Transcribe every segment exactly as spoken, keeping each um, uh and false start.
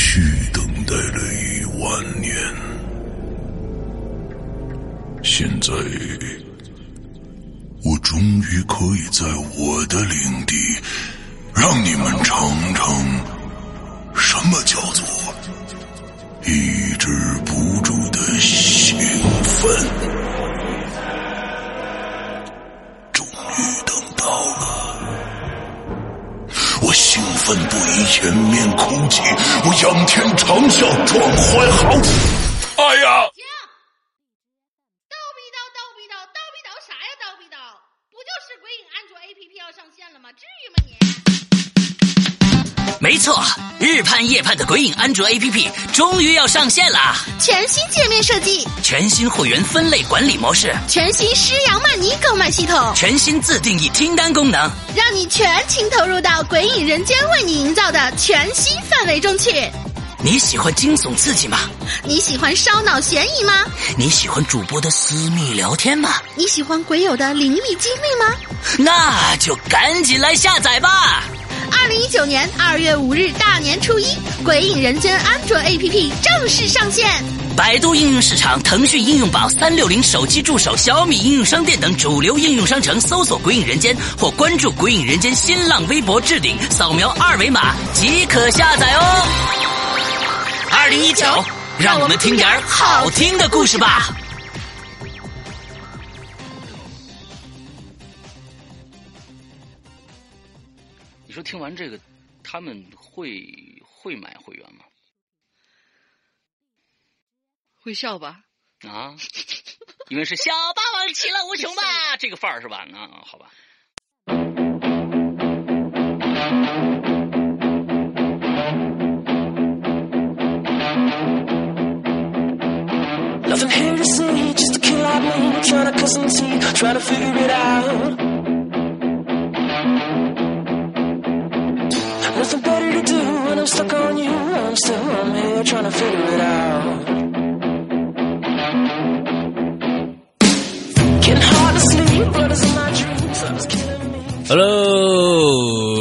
续等待了一万年，现在我终于可以在我的领地让你们尝尝什么叫做抑制不住的兴奋。终于等到了，我兴奋不已，掩面哭泣，我仰天长啸，壮怀豪情。哎呀！ 停！叨逼叨叨逼叨叨逼叨啥呀？叨逼叨，不就是鬼影安卓 A P P 要上线了吗？至于吗你？ 没错，日盼夜盼的鬼影安卓 A P P 终于要上线了。 全新界面设计， 全新会员分类管理模式， 全新施阳曼尼购买系统， 全新自定义清单功能， 让你全情投入到鬼影人间为你营造的全新氛围中去。 你喜欢惊悚刺激吗？ 你喜欢烧脑悬疑吗？ 你喜欢主播的私密聊天吗？ 你喜欢鬼友的灵异经历吗？ 那就赶紧来下载吧！ 二零一九年二月五日大年初一，鬼影人间安卓 A P P 正式上线。 百度应用市场、腾讯应用宝、三六零手机助手、小米应用商店等主流应用商城搜索鬼影人间，或关注鬼影人间新浪微博置顶，扫描二维码即可下载哦。二零一九，让我们听点好听的故事吧。你说听完这个，他们会会买会员吗？ 会笑吧？ 啊，因为是小霸王其乐无穷吧，这个范儿是吧？啊，好吧。 Nothing here to see, just a kid like me, trying to cut some teeth, trying to figure it out. Nothing better to do when I'm stuck on you. I'm still I'm here trying to figure it out. Getting hard to sleep, but it's in my dreams. I was killing me. Hello，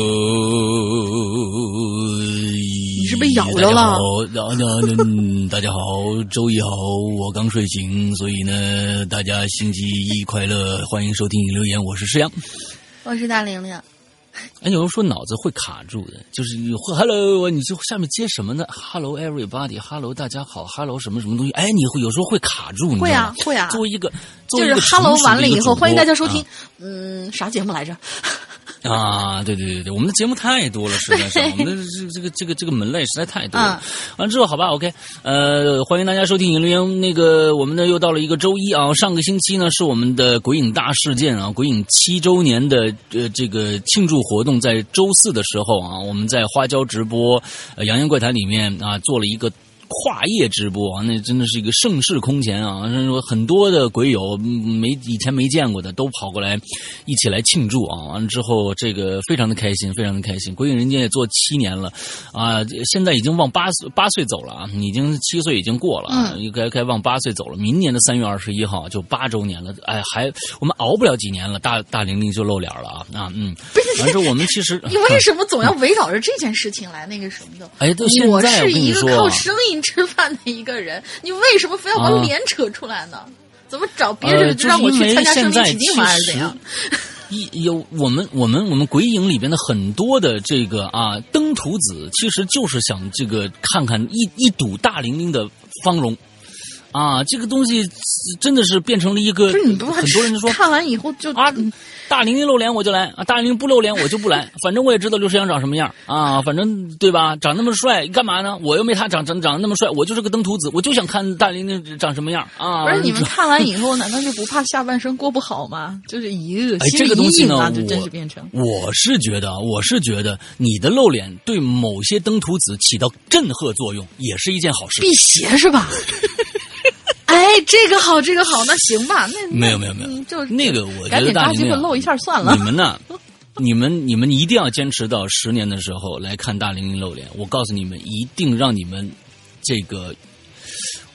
你是被咬着了？ 大家好，周一好，我刚睡醒，所以呢，大家星期一快乐，欢迎收听留言，我是施阳， 我是大玲玲。 哎，有人说脑子会卡住的，就是 Hello， 你就下面接什么呢 ？Hello everybody，Hello 大家好 ，Hello 什么什么东西？哎，你会有时候会卡住，你会啊会啊。 作为一个， 就是 Hello 完了以后，欢迎大家收听，啊、嗯，啥节目来着？ 啊，对对对对，我们的节目太多了，实在是我们的这个这个这个这个门类实在太多了。完了之后，好吧 ，OK， 呃，欢迎大家收听影留言。那个，我们呢又到了一个周一啊，上个星期呢是我们的鬼影大事件啊，鬼影七周年的呃这个庆祝活动，在周四的时候啊，我们在花椒直播呃洋洋怪谈里面啊做了一个跨夜直播啊，那真的是一个盛世空前啊！说很多的鬼友没以前没见过的都跑过来一起来庆祝啊！完了之后，这个非常的开心，非常的开心。鬼影人间也做七年了啊，现在已经往八八岁走了啊，已经七岁已经过了啊，应该该往八岁走了。明年的三月二十一号就八周年了，哎，还我们熬不了几年了，大大玲玲就露脸了啊啊嗯！完之后我们其实你为什么总要围绕着这件事情来那个什么的？ 哎，都现在我是一个靠生意吃饭的一个人，你为什么非要把脸扯出来呢？啊、怎么找别人让我去参加生命体境吗？还是怎样？ 一有我们我们我们鬼影里边的很多的这个啊登徒子，其实就是想这个看看一一睹大玲玲的芳容。啊，这个东西真的是变成了一个， 不是你不很多人就说看完以后就啊，大玲玲露脸我就来啊，大玲玲不露脸我就不来，反正我也知道刘世阳长什么样啊，反正对吧？长那么帅干嘛呢？我又没他长长长那么帅，我就是个登徒子，我就想看大玲玲长什么样啊。 不是你们看完以后难道就不怕下半生过不好吗？就是一个哎，这个东西呢， 就真是变成我我是觉得，我是觉得你的露脸对某些登徒子起到震慑作用，也是一件好事。 辟邪是吧？哎，这个好，这个好，那行吧，那没有没有没有， 就那个我觉得大玲玲露一下算了。 你们呢？你们你们一定要坚持到十年的时候来看大玲玲露脸。我告诉你们，一定让你们这个，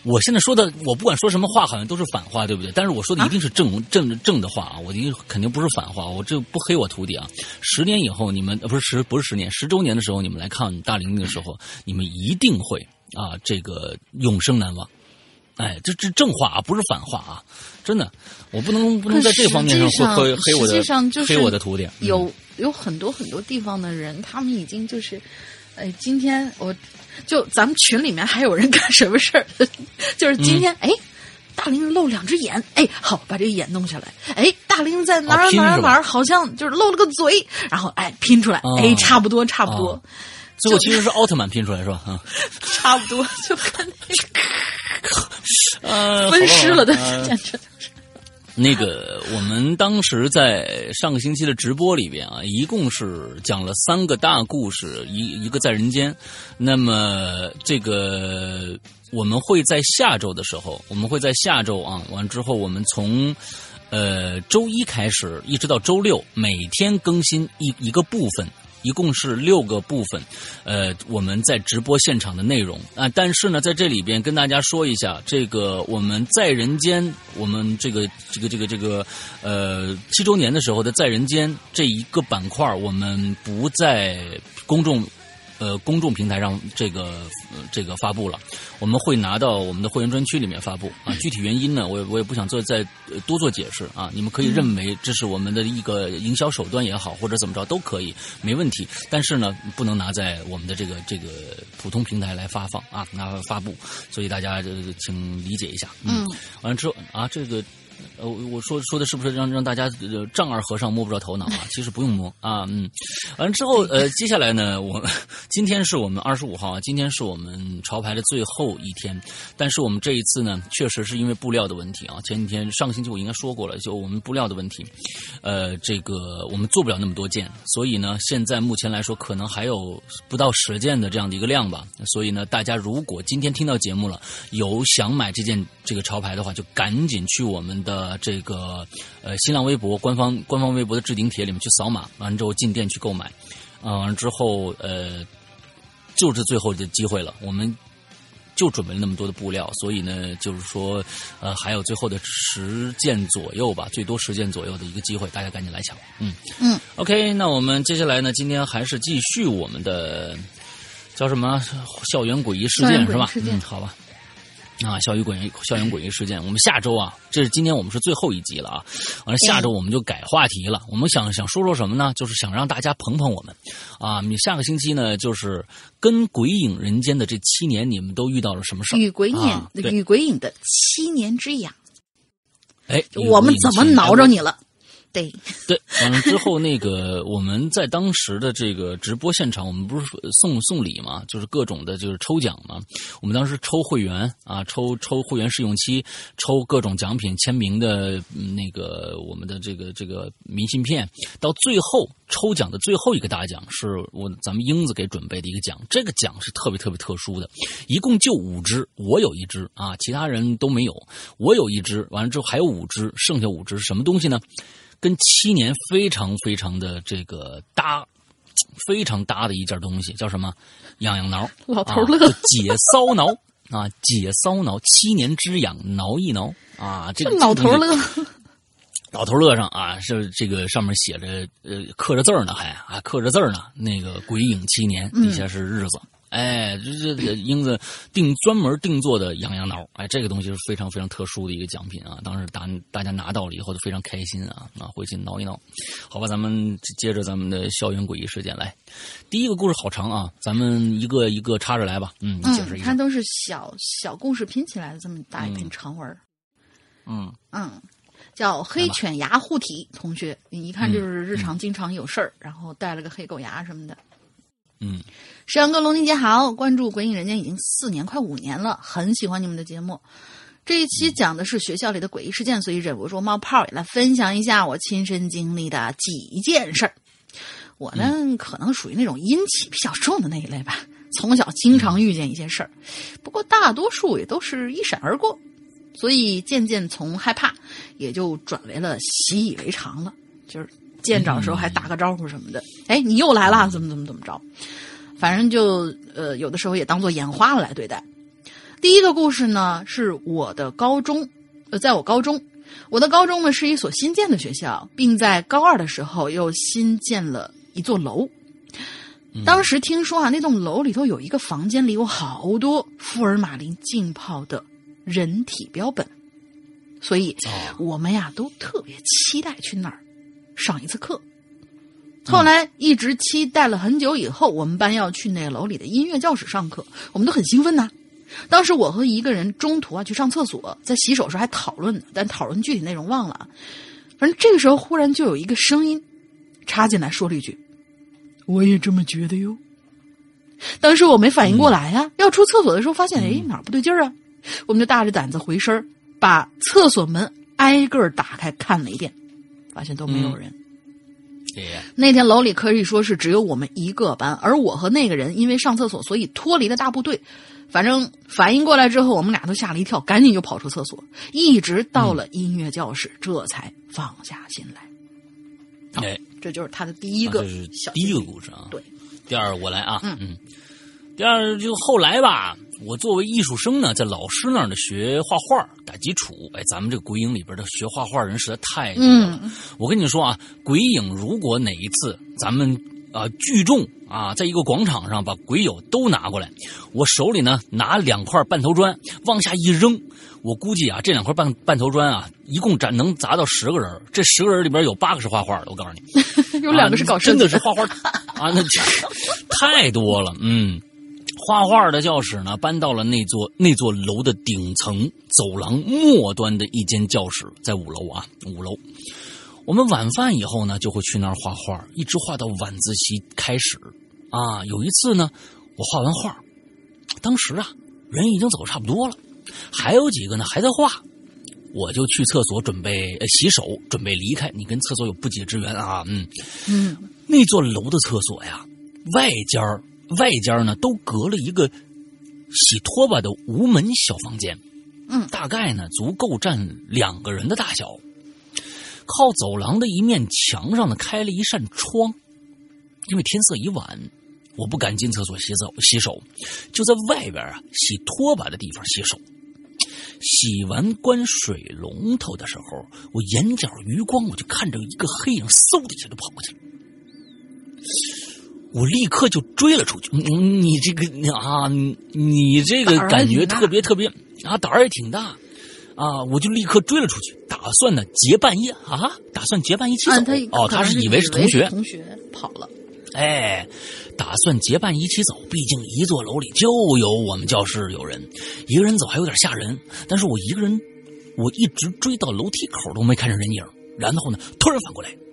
我现在说的，我不管说什么话，好像都是反话，对不对？但是我说的一定是正、啊、正正的话啊，我一定肯定不是反话，我这不黑我徒弟啊。十年以后，你们呃不是十不是十年，十周年的时候，你们来看大玲玲的时候，你们一定会啊，这个永生难忘。哎，这这正话啊，不是反话啊，真的，我不能不能在这方面上会黑我的黑我的徒弟。 有有很多很多地方的人，他们已经就是，哎，今天我。就咱们群里面还有人干什么事儿？就是今天，哎、嗯，大玲露两只眼，哎，好，把这个眼弄下来。哎，大玲在哪儿哪儿哪儿，好像就是露了个嘴，然后哎拼出来， 哦、 哎，差不多差不多。 哦、最后其实是奥特曼拼出来是吧？啊， 差不多，就看那个，呃， 分尸了的，简直就是。 那个，我们当时在上个星期的直播里边啊，一共是讲了三个大故事，一一个在人间。那么这个我们会在下周的时候，我们会在下周啊，完之后我们从呃周一开始一直到周六，每天更新一一个部分。一共是六个部分，呃，我们在直播现场的内容啊。但是呢，在这里边跟大家说一下，这个我们在人间，我们这个这个这个这个呃七周年的时候的在人间这一个板块，我们不在公众呃公众平台上这个、呃、这个发布了，我们会拿到我们的会员专区里面发布啊。具体原因呢，我也我也不想做再多做解释啊。你们可以认为这是我们的一个营销手段也好，或者怎么着都可以，没问题。但是呢，不能拿在我们的这个这个普通平台来发放啊，拿发布，所以大家、呃、请理解一下。嗯，完了之后啊，这个。呃，我说说的是不是让让大家呃丈二和尚摸不着头脑啊？其实不用摸啊，嗯。完了之后，呃，接下来呢，我今天是我们二十五号啊，今天是我们潮牌的最后一天。但是我们这一次呢，确实是因为布料的问题啊。前几天上个星期我应该说过了，就我们布料的问题，呃，这个我们做不了那么多件，所以呢，现在目前来说可能还有不到十件的这样的一个量吧。所以呢，大家如果今天听到节目了，有想买这件这个潮牌的话，就赶紧去我们的这个呃新浪微博官方官方微博的置顶帖里面去扫码，完了之后进店去购买，啊，完了之后呃就是最后的机会了，我们就准备了那么多的布料，所以呢就是说呃还有最后的十件左右吧，最多十件左右的一个机会，大家赶紧来抢。嗯嗯 ，OK， 那我们接下来呢，今天还是继续我们的叫什么校园诡异事件是吧？嗯，好吧。啊，校园诡异校园诡异事件，我们下周啊，这是今天我们是最后一集了啊，完了下周我们就改话题了。我们想想说说什么呢？就是想让大家捧捧我们啊。你下个星期呢，就是跟鬼影人间的这七年，你们都遇到了什么事儿？ 与鬼影、 啊、 与鬼影的七年之痒。 哎， 我们怎么挠着你了？对对，完了之后，那个我们在当时的这个直播现场，我们不是送送礼嘛，就是各种的，就是抽奖嘛。我们当时抽会员啊，抽抽会员试用期，抽各种奖品、签名的那个我们的这个这个明信片。到最后抽奖的最后一个大奖是我咱们英子给准备的一个奖，这个奖是特别特别特殊的，一共就五只，我有一只啊，其他人都没有，我有一只，完了之后还有五只，剩下五只是什么东西呢？跟七年非常非常的这个搭，非常搭的一件东西，叫什么？痒痒挠， 老头乐、 啊、解骚挠啊，解骚挠，七年之痒，挠一挠啊，这个老头乐。 老头乐上啊，是这个上面写着呃刻着字儿呢，还啊刻着字儿呢。那个鬼影七年底下是日子，嗯、哎，这这英子定专门定做的痒痒挠，哎，这个东西是非常非常特殊的一个奖品啊。当时大大家拿到了以后都非常开心啊，啊，回去挠一挠。好吧，咱们接着咱们的校园诡异事件来。第一个故事好长啊，咱们一个一个插着来吧。嗯，你解释一下。 它都是小小故事拼起来的这么大一篇长文。 嗯嗯。叫黑犬牙护体同学，你一看就是日常经常有事儿、嗯，然后带了个黑狗牙什么的。 嗯， 石阳哥、龙宁姐好，关注鬼影人间已经四年快五年了，很喜欢你们的节目。这一期讲的是学校里的诡异事件，所以忍不住冒泡也来分享一下我亲身经历的几件事儿。我呢、嗯，可能属于那种阴气比较重的那一类吧，从小经常遇见一些事儿，不过大多数也都是一闪而过。所以渐渐从害怕也就转为了习以为常了，就是见着的时候还打个招呼什么的，哎，你又来了，怎么怎么怎么着，反正就呃有的时候也当做眼花了来对待。 第一个故事呢，是我的高中，呃，在我高中，我的高中呢是一所新建的学校，并在高二的时候又新建了一座楼。当时听说啊，那栋楼里头有一个房间里有好多福尔马林浸泡的人体标本，所以我们呀都特别期待去那儿上一次课。后来一直期待了很久以后，我们班要去那楼里的音乐教室上课，我们都很兴奋呐、啊。当时我和一个人中途啊去上厕所，在洗手时还讨论呢，但讨论具体内容忘了啊。反正这个时候忽然就有一个声音插进来说了一句：“我也这么觉得哟。”当时我没反应过来啊，嗯、要出厕所的时候发现，哎，哪儿不对劲儿啊？我们就大着胆子回身，把厕所门挨个打开看了一遍，发现都没有人。嗯那天楼里可以说是只有我们一个班，而我和那个人因为上厕所，所以脱离了大部队。反正反应过来之后，我们俩都吓了一跳，赶紧就跑出厕所，一直到了音乐教室，嗯、这才放下心来。 哎， 这就是他的第一个、啊， 这是第一个故事啊。 对， 第二我来啊， 嗯嗯，第二就后来吧。我作为艺术生呢，在老师那儿的学画画打基础。哎，咱们这个鬼影里边的学画画人实在太多了。嗯、我跟你说啊，鬼影如果哪一次咱们啊、呃、聚众啊，在一个广场上把鬼友都拿过来，我手里呢拿两块半头砖往下一扔，我估计啊这两块半半头砖啊，一共砸能砸到十个人，这十个人里边有八个是画画的。我告诉你， 有两个是搞设计的、 啊、真的是画画啊，那太多了，嗯。画画的教室呢，搬到了那座那座楼的顶层走廊末端的一间教室，在五楼啊，五楼。我们晚饭以后呢，就会去那儿画画，一直画到晚自习开始。啊，有一次呢，我画完画，当时啊，人已经走差不多了，还有几个呢还在画，我就去厕所准备、呃、洗手，准备离开。你跟厕所有不解之缘啊，嗯嗯， 那座楼的厕所呀，外间儿。外间呢都隔了一个洗拖把的无门小房间， 嗯， 大概呢足够占两个人的大小。靠走廊的一面墙上呢开了一扇窗，因为天色已晚，我不敢进厕所洗手，洗手就在外边啊洗拖把的地方洗手。洗完关水龙头的时候，我眼角余光我就看着一个黑影嗖的一下就跑过去了。我立刻就追了出去。你你这个啊，你这个感觉特别特别啊，胆儿也挺大啊！我就立刻追了出去，打算呢结伴一啊，打算结伴一起走。 啊、他哦，他是以为是同学， 同学跑了。 哎，打算结伴一起走，毕竟一座楼里就有我们教室有人，一个人走还有点吓人。但是我一个人，我一直追到楼梯口都没看见人影，然后呢，突然反过来。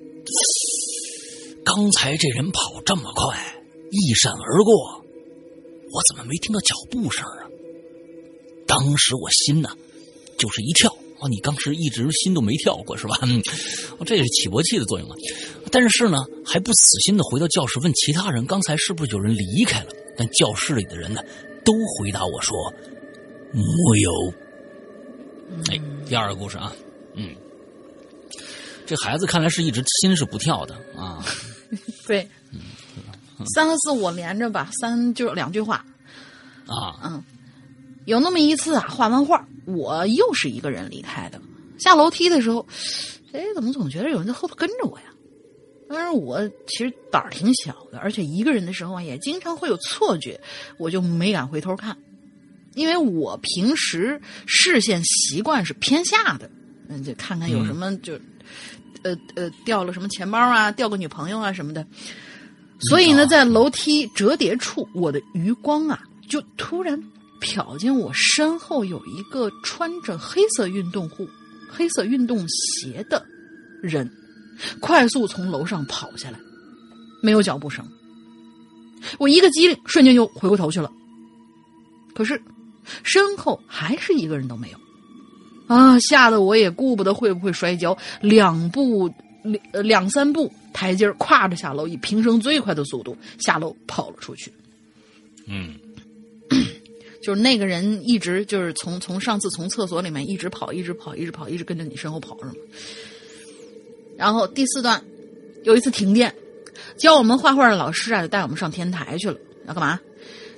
刚才这人跑这么快，一闪而过，我怎么没听到脚步声啊？当时我心呢，就是一跳。哦，你当时一直心都没跳过是吧？嗯，这是起搏器的作用啊。但是呢，还不死心的回到教室问其他人，刚才是不是有人离开了？但教室里的人呢，都回答我说没有。哎，第二个故事啊，嗯，这孩子看来是一直心是不跳的啊。 对，嗯，三和四我连着吧，三就两句话啊， 嗯，有那么一次啊，画完画，我又是一个人离开的。下楼梯的时候，哎，怎么总觉得有人在后头跟着我呀？但是我其实胆儿挺小的，而且一个人的时候啊，也经常会有错觉，我就没敢回头看，因为我平时视线习惯是偏下的，嗯，就看看有什么就。嗯呃呃，掉了什么钱包啊，掉个女朋友啊什么的，所以呢，在楼梯折叠处，我的余光啊，就突然瞟见我身后有一个穿着黑色运动裤、黑色运动鞋的人，快速从楼上跑下来，没有脚步声。我一个机灵，瞬间就回过头去了，可是身后还是一个人都没有。啊！吓得我也顾不得会不会摔跤，两步两两三步台阶跨着下楼，以平生最快的速度下楼跑了出去。 嗯， 就是那个人一直就是从从上次从厕所里面一直跑，一直跑，一直跑，一直跟着你身后跑是吗？然后第四段，有一次停电，教我们画画的老师啊，就带我们上天台去了。要干嘛？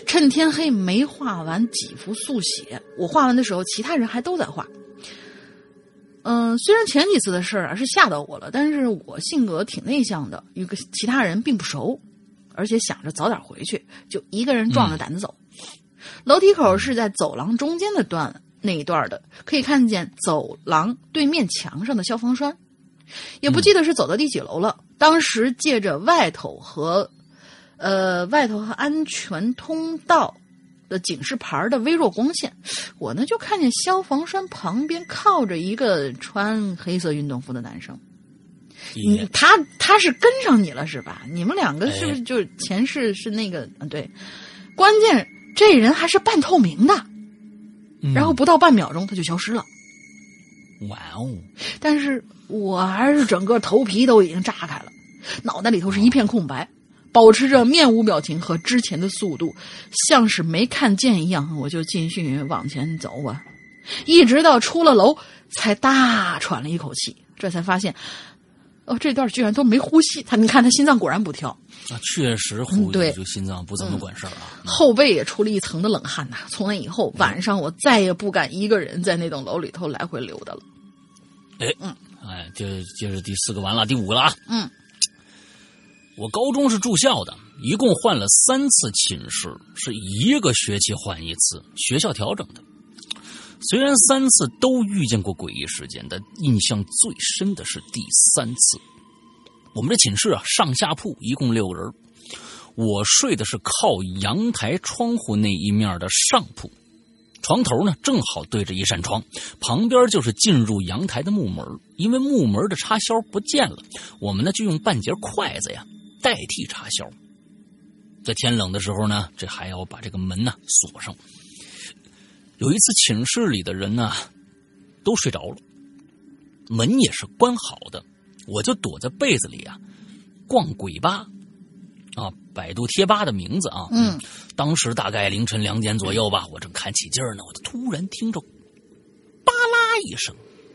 趁天黑没画完几幅速写，我画完的时候，其他人还都在画。嗯、呃，虽然前几次的事儿啊是吓到我了，但是我性格挺内向的，与其他人并不熟，而且想着早点回去，就一个人壮着胆子走。嗯、楼梯口是在走廊中间的段那一段的，可以看见走廊对面墙上的消防栓。也不记得是走到第几楼了。嗯、当时借着外头和，呃，外头和安全通道的警示牌的微弱光线，我呢就看见消防栓旁边靠着一个穿黑色运动服的男生。你他他是跟上你了是吧？你们两个是不是就是前世是那个？嗯，对。关键这人还是半透明的，嗯、然后不到半秒钟他就消失了。 哇哦！ 但是我还是整个头皮都已经炸开了，脑袋里头是一片空白。保持着面无表情和之前的速度，像是没看见一样，我就继续往前走啊，一直到出了楼才大喘了一口气，这才发现哦，这段居然都没呼吸。他你看他心脏果然不跳啊，确实呼、嗯、 对， 就心脏不怎么管事儿啊、 嗯，后背也出了一层的冷汗呐、啊。从那以后，晚上我再也不敢一个人在那栋楼里头来回溜达了。 哎，嗯，哎，这这是第四个完了，第五个了啊。 嗯。 我高中是住校的，一共换了三次寝室，是一个学期换一次，学校调整的。虽然三次都遇见过诡异事件，但印象最深的是第三次。我们这寝室啊，上下铺一共六个人，我睡的是靠阳台窗户那一面的上铺，床头呢正好对着一扇窗，旁边就是进入阳台的木门。因为木门的插销不见了，我们呢就用半截筷子呀代替插销。在天冷的时候呢，这还要把这个门呢锁上。有一次寝室里的人呢都睡着了，门也是关好的，我就躲在被子里啊逛鬼吧啊，百度贴吧的名字啊。 嗯， 当时大概凌晨两点左右吧，我正看起劲儿呢，我就突然听着吧啦一声，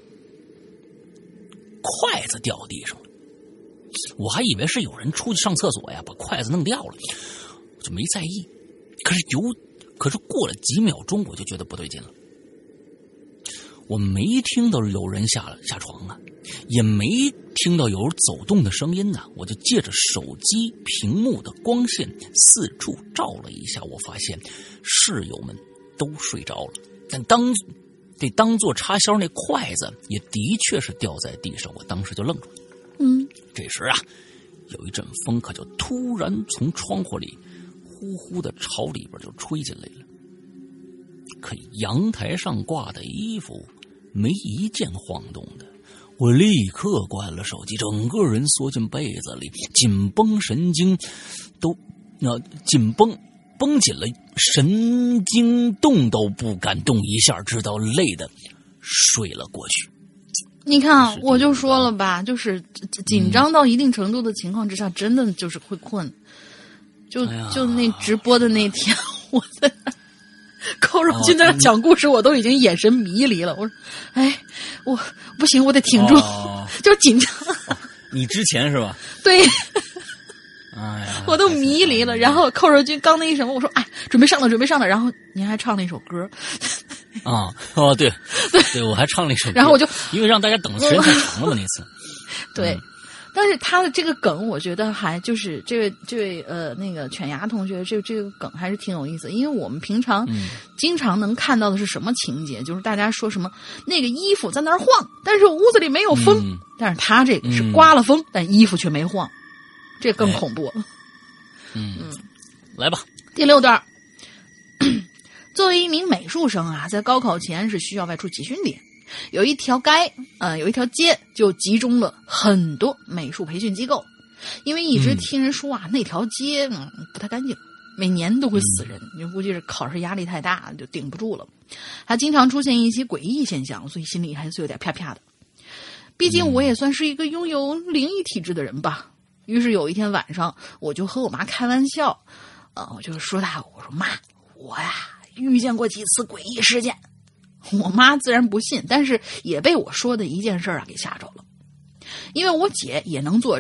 筷子掉地上了。我还以为是有人出去上厕所呀，把筷子弄掉了，我就没在意。可是有，可是过了几秒钟，我就觉得不对劲了。我没听到有人下了下床啊，也没听到有走动的声音呢。我就借着手机屏幕的光线四处照了一下，我发现室友们都睡着了，但当这当做插销那筷子也的确是掉在地上，我当时就愣住了。 嗯， 这时啊，有一阵风可就突然从窗户里呼呼的朝里边就吹进来了。可阳台上挂的衣服没一件晃动的，我立刻关了手机，整个人缩进被子里，紧绷神经都那、呃、紧绷绷紧了，神经动都不敢动一下，直到累的睡了过去。 你看，我就说了吧，就是紧张到一定程度的情况之下，嗯、真的就是会困。就、哎、就那直播的那天，我在寇若君在那讲故事，我都已经眼神迷离了。我说，哎，我不行，我得挺住，哦、就紧张、 哦。你之前是吧？ 对。 哎呀， 我都迷离了。然后寇若君刚那一什么，我说，哎，准备上了，准备上了。然后您还唱了一首歌。 啊，哦，对，对，我还唱了一首歌。 然后我就因为让大家等的时间太长了嘛，那次。 对。嗯，但是他的这个梗，我觉得还就是这位这位呃那个犬牙同学，这这个梗还是挺有意思。因为我们平常经常能看到的是什么情节，嗯、就是大家说什么那个衣服在那儿晃，但是屋子里没有风。嗯、但是他这个是刮了风，嗯、但衣服却没晃，这更恐怖。 嗯嗯，来吧， 第六段。作为一名美术生啊，在高考前是需要外出集训的。有一条街，呃，有一条街就集中了很多美术培训机构，因为一直听人说啊，嗯、那条街嗯不太干净，每年都会死人，就、嗯、估计是考试压力太大，就顶不住了。还经常出现一些诡异现象，所以心里还是有点啪啪的。毕竟我也算是一个拥有灵异体质的人吧。于是有一天晚上，我就和我妈开玩笑，呃，我就说她，我说妈，我呀遇见过几次诡异事件。我妈自然不信，但是也被我说的一件事啊给吓着了。因为我姐也能作证，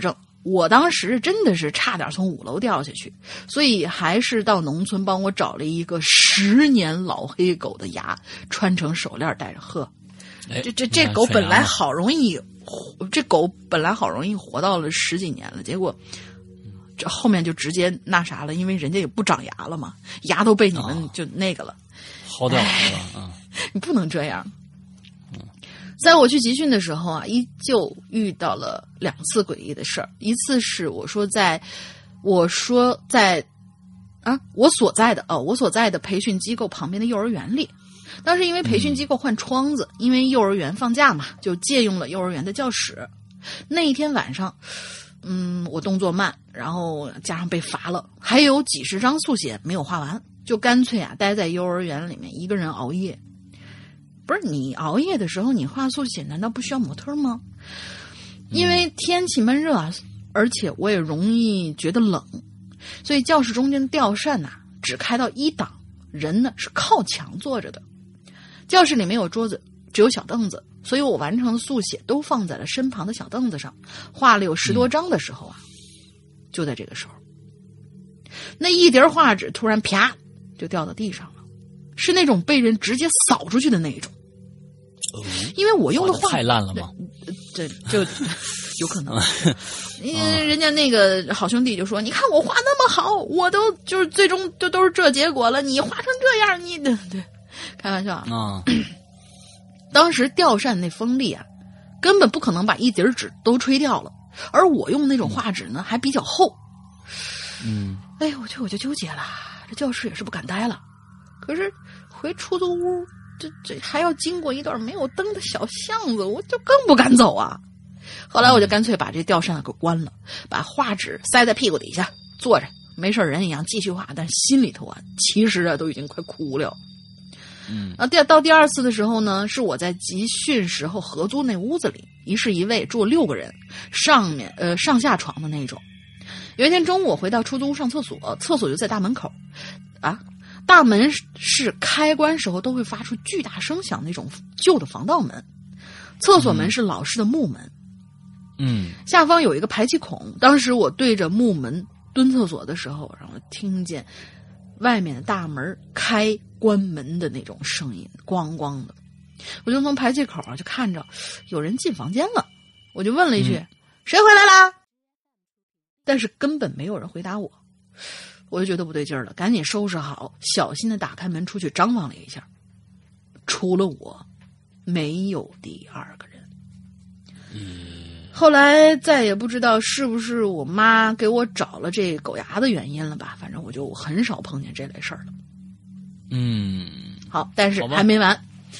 我当时真的是差点从五楼掉下去，所以还是到农村帮我找了一个十年老黑狗的牙，穿成手链带着喝。这这这狗本来好容易，这狗本来好容易活到了十几年了，结果这后面就直接那啥了，因为人家也不长牙了嘛，牙都被你们就那个了， 薅掉了是吧？啊， 你不能这样。在我去集训的时候啊，依旧遇到了两次诡异的事儿。一次是我说在，我说在，啊，我所在的哦，我所在的培训机构旁边的幼儿园里，当时因为培训机构换窗子，因为幼儿园放假嘛，就借用了幼儿园的教室。那一天晚上，嗯，我动作慢，然后加上被罚了，还有几十张速写没有画完，就干脆啊待在幼儿园里面一个人熬夜。不是你熬夜的时候，你画速写难道不需要模特吗？因为天气闷热啊，而且我也容易觉得冷，所以教室中间的吊扇呐、啊、只开到一档，人呢是靠墙坐着的。教室里没有桌子，只有小凳子，所以我完成的速写都放在了身旁的小凳子上，画了有十多张的时候啊，嗯、就在这个时候，那一叠画纸突然啪就掉到地上了。是那种被人直接扫出去的那一种，因为我用的画太烂了吗？ 这就有可能，因为人家那个好兄弟就说：“你看我画那么好，我都就是最终就都是这结果了，你画成这样，你对对，开玩笑啊。”当时吊扇那风力啊，根本不可能把一叠纸都吹掉了，而我用那种画纸呢，还比较厚。 嗯， 哎呦，我就我就纠结了，这教室也是不敢待了。可是回出租屋，这这还要经过一段没有灯的小巷子，我就更不敢走啊。后来我就干脆把这吊扇给关了，把画纸塞在屁股底下，坐着没事人一样继续画，但是心里头啊，其实啊都已经快哭了。 嗯， 啊，第到第二次的时候呢，是我在集训时候合租那屋子里，一室一卫住六个人，上面呃上下床的那种。有一天中午我回到出租屋上厕所，厕所就在大门口，啊。大门是开关时候都会发出巨大声响那种旧的防盗门，厕所门是老式的木门， 嗯， 下方有一个排气孔。当时我对着木门蹲厕所的时候，然后听见外面的大门开关门的那种声音，咣咣的。我就从排气口啊就看着有人进房间了，我就问了一句：“嗯、谁回来啦？”但是根本没有人回答我。我就觉得不对劲儿了，赶紧收拾好，小心的打开门出去张望了一下，除了我，没有第二个人。 嗯， 后来再也不知道是不是我妈给我找了这狗牙的原因了吧，反正我就很少碰见这类事儿了。 嗯， 好，但是还没完，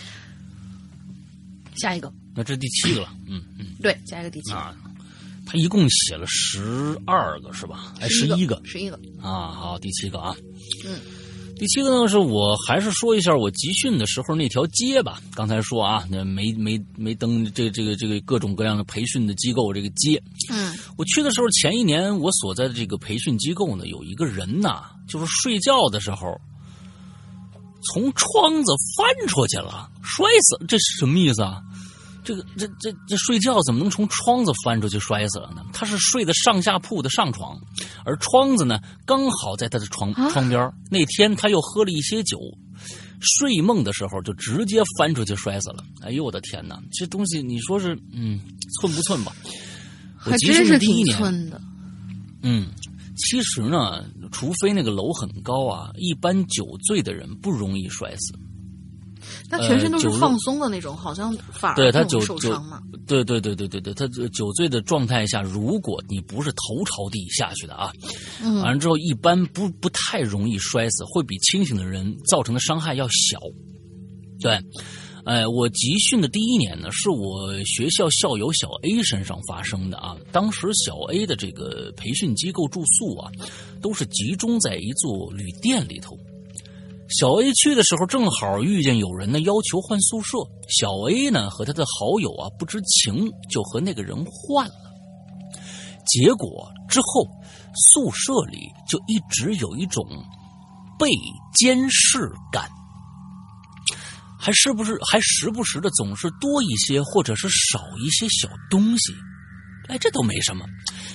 下一个。 那这是第七个了，嗯嗯， 对，下一个第七个。啊他一共写了十二个是吧？哎，十一个， 十一个啊。好，第七个啊， 嗯， 第七个呢是我还是说一下我集训的时候那条街吧。刚才说啊，那没没没登这这个这个各种各样的培训的机构这个街。 嗯， 我去的时候前一年我所在的这个培训机构呢，有一个人呐，就是睡觉的时候从窗子翻出去了，摔死，这是什么意思啊？这个这这这睡觉怎么能从窗子翻出去摔死了呢？他是睡的上下铺的上床，而窗子呢刚好在他的床窗边。那天他又喝了一些酒，睡梦的时候就直接翻出去摔死了。哎呦我的天哪！这东西你说是嗯寸不寸吧？我集训的第一年， 还真是挺寸的。 嗯，其实呢，除非那个楼很高啊，一般酒醉的人不容易摔死。 他全身都是放松的那种，呃、好像反而对他酒受伤嘛。 对对对对对对，他酒醉的状态下，如果你不是头朝地下去的啊， 嗯， 完了之后一般不不太容易摔死，会比清醒的人造成的伤害要小。对，呃，我集训的第一年呢，是我学校校友小 A 身上发生的啊。当时小 A 的这个培训机构住宿啊，都是集中在一座旅店里头。小 A 去的时候正好遇见有人呢要求换宿舍，小 A 呢和他的好友啊不知情，就和那个人换了。结果之后宿舍里就一直有一种被监视感，还是不是还时不时的总是多一些或者是少一些小东西。哎，这都没什么，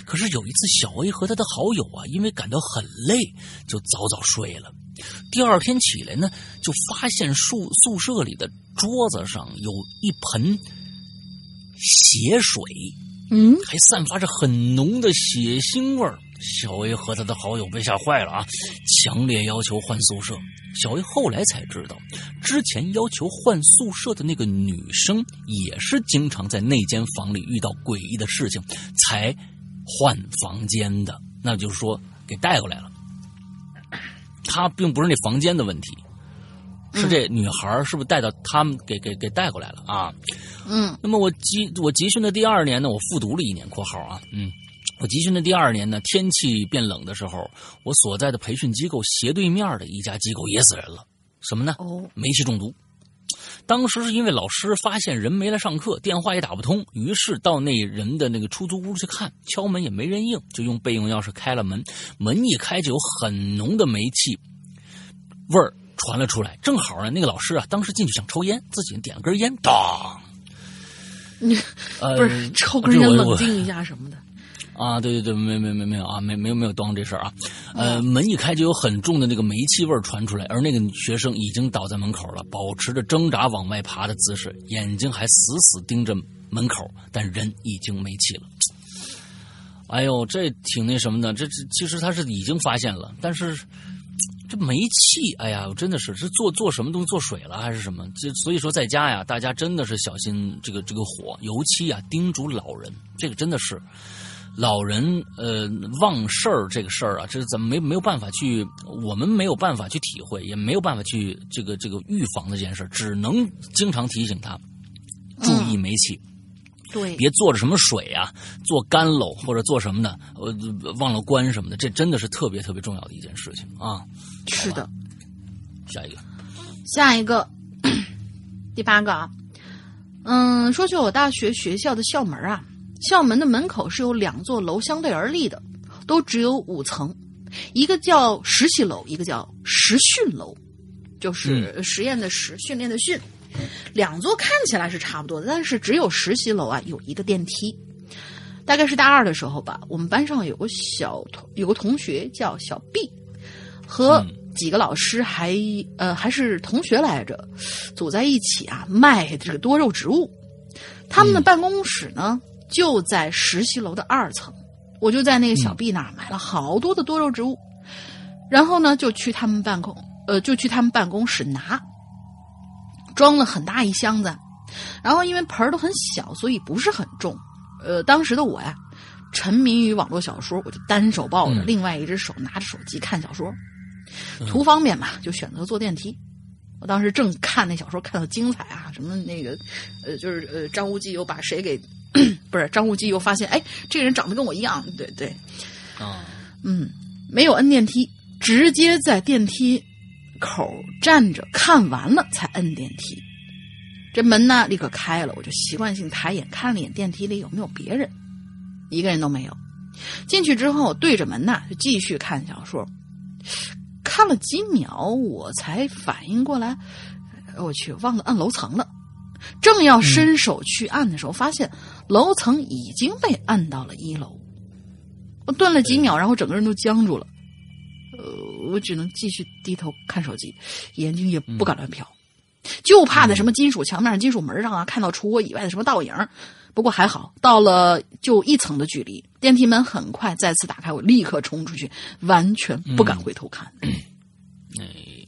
可是有一次，小 A 和他的好友啊，因为感到很累，就早早睡了。第二天起来呢，就发现宿宿舍里的桌子上有一盆血水， 嗯， 还散发着很浓的血腥味儿。小 A 和他的好友被吓坏了啊，强烈要求换宿舍。小 A 后来才知道，之前要求换宿舍的那个女生也是经常在那间房里遇到诡异的事情才换房间的，那就是说给带过来了。他并不是那房间的问题，是这女孩是不是带到他们给给给带过来了啊？ 嗯， 那么我集我集训的第二年呢，我复读了一年（括号啊），嗯。我集训的第二年呢，天气变冷的时候，我所在的培训机构斜对面的一家机构也死人了。什么呢？ 哦， 煤气中毒。当时是因为老师发现人没来上课，电话也打不通，于是到那人的那个出租屋去看，敲门也没人应，就用备用钥匙开了门。门一开就有很浓的煤气味儿传了出来。正好呢，那个老师啊，当时进去想抽烟，自己点了根烟，当。 你呃， 不是抽根烟冷静一下什么的。 啊，对对对，没没没没有啊，没没有没有当这事儿啊，呃，门一开就有很重的那个煤气味传出来，而那个学生已经倒在门口了，保持着挣扎往外爬的姿势，眼睛还死死盯着门口，但人已经没气了。哎呦，这挺那什么的，这这其实他是已经发现了，但是这煤气，哎呀，真的是是做做什么东西做水了还是什么？这所以说在家呀，大家真的是小心这个这个火，尤其啊叮嘱老人，这个真的是。老人呃忘事儿这个事儿啊，这是咱们没没有办法去，我们没有办法去体会，也没有办法去这个这个预防的这件事，只能经常提醒他注意煤气， 嗯、对， 别做着什么水啊，做干喽或者做什么的，呃忘了关什么的，这真的是特别特别重要的一件事情啊。 是的， 下一个， 下一个，第八个啊，嗯，说起我大学学校的校门啊。校门的门口是有两座楼相对而立的，都只有五层，一个叫实习楼，一个叫实训楼，就是实验的实，训练的训。两座看起来是差不多的，但是只有实习楼啊有一个电梯。大概是大二的时候吧，我们班上有个小同有个同学叫小 B， 和几个老师还呃还是同学来着，组在一起啊卖这个多肉植物。他们的办公室呢？就在实习楼的二层，我就在那个小 B 那儿买了好多的多肉植物，嗯、然后呢就去他们办公，呃，就去他们办公室拿，装了很大一箱子，然后因为盆儿都很小，所以不是很重。呃，当时的我呀，沉迷于网络小说，我就单手抱着，嗯、另外一只手拿着手机看小说，图方便嘛，就选择坐电梯。我当时正看那小说，看到精彩啊，什么那个，呃，就是呃，张无忌又把谁给。不是张无忌又发现，哎，这个人长得跟我一样，对对， 啊， 嗯，没有摁电梯，直接在电梯口站着，看完了才摁电梯。这门呢立刻开了，我就习惯性抬眼看了一眼电梯里有没有别人，一个人都没有。进去之后对着门呐就继续看小说，看了几秒我才反应过来，我去忘了按楼层了。正要伸手去按的时候，发现楼层已经被按到了一楼。我顿了几秒，然后整个人都僵住了。呃，我只能继续低头看手机，眼睛也不敢乱瞟，就怕在什么金属墙面上、金属门上啊看到除我以外的什么倒影。不过还好，到了就一层的距离，电梯门很快再次打开，我立刻冲出去，完全不敢回头看。 嗯哎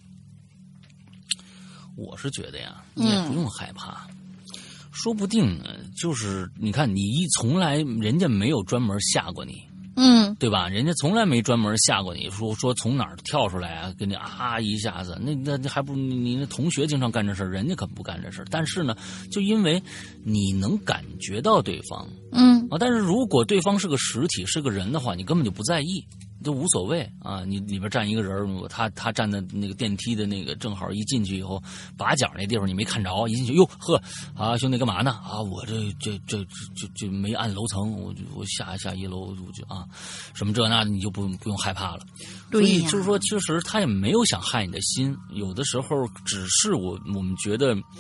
我是觉得呀，你也不用害怕，嗯、说不定呢，就是你看，你一从来人家没有专门吓过你， 嗯， 对吧？人家从来没专门吓过你，说说从哪儿跳出来啊，给你啊一下子，那那还不你你那同学经常干这事，人家可不干这事。但是呢，就因为你能感觉到对方， 嗯啊，但是如果对方是个实体，是个人的话，你根本就不在意。就无所谓啊，你里边站一个人，他他站在那个电梯的那个正好一进去以后，把角那地方你没看着，一进去哟呵啊兄弟干嘛呢啊我这这这这就没按楼层，我就我下下一楼我就啊什么这那的你就不用不用害怕了。所以就是说，其实他也没有想害你的心，有的时候只是我我们觉得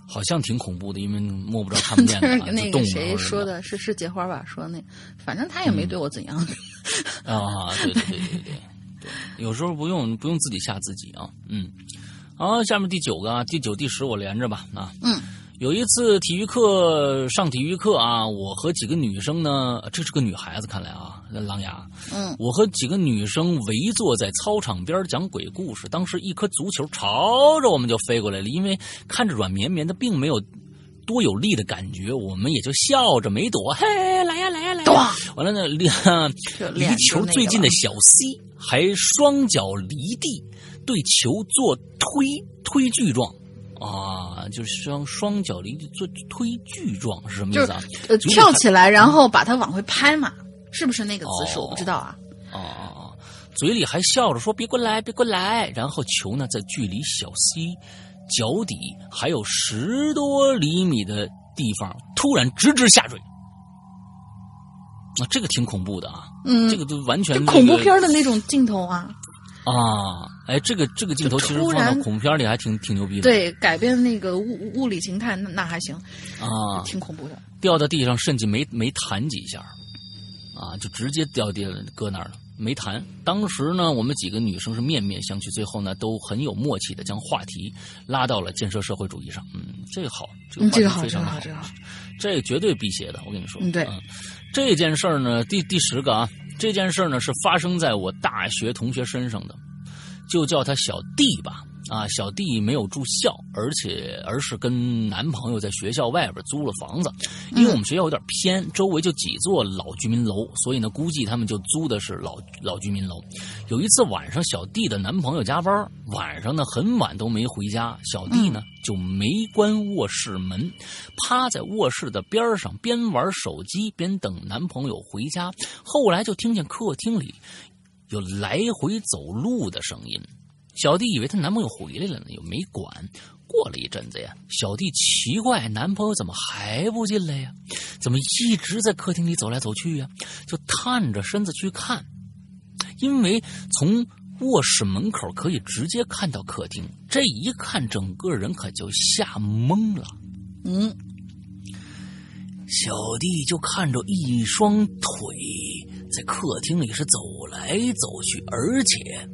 好像挺恐怖的，因为摸不着看不见的、啊。 那个谁说的是是结花吧？说那反正他也没对我怎样。 嗯、啊，对对对对对对，有时候不用不用自己吓自己啊。嗯，好，下面第九个啊，第九第十我连着吧啊。 嗯。 有一次体育课上体育课啊，我和几个女生呢，这是个女孩子，看来啊，狼牙， 嗯， 我和几个女生围坐在操场边讲鬼故事。当时一颗足球朝着我们就飞过来了，因为看着软绵绵的，并没有多有力的感觉，我们也就笑着没躲。嘿，来呀来呀来呀！完了呢，离离球最近的小 C 还双脚离地，对球做推推巨状。啊，就是双双脚离地做推巨状是什么意思啊？ 呃，跳起来，然后把它往回拍嘛，是不是那个姿势？ 哦、 我不知道啊。 哦哦哦，嘴里还笑着说别过来，别过来。然后球呢，在距离小 C 脚底还有十多厘米的地方，突然直直下坠。啊，这个挺恐怖的啊。 嗯， 这个都完全、那个、 恐怖片的那种镜头啊。 啊，哎，这个这个镜头其实放到恐怖片里还挺挺牛逼的。 对，改变那个物物理形态，那那还行啊， 挺恐怖的。 掉到地上，甚至没没弹几下，啊，就直接掉地了，搁那儿了，没弹。当时呢，我们几个女生是面面相觑，最后呢，都很有默契的将话题拉到了建设社会主义上。嗯，这个好，这个话题非常好， 这个好， 这个绝对辟邪的，我跟你说。 嗯，对。 嗯，这件事儿呢，第第十个啊。这件事呢是发生在我大学同学身上的，就叫他小弟吧。啊，小弟没有住校，而且而是跟男朋友在学校外边租了房子。因为我们学校有点偏，周围就几座老居民楼，所以呢，估计他们就租的是老老居民楼。有一次晚上，小弟的男朋友加班，晚上呢很晚都没回家，小弟呢就没关卧室门，趴在卧室的边上，边玩手机边等男朋友回家。后来就听见客厅里有来回走路的声音。小弟以为她男朋友回来了呢，又没管。过了一阵子呀，小弟奇怪男朋友怎么还不进来呀？怎么一直在客厅里走来走去呀？就探着身子去看，因为从卧室门口可以直接看到客厅。这一看，整个人可就吓懵了。 嗯， 小弟就看着一双腿在客厅里是走来走去，而且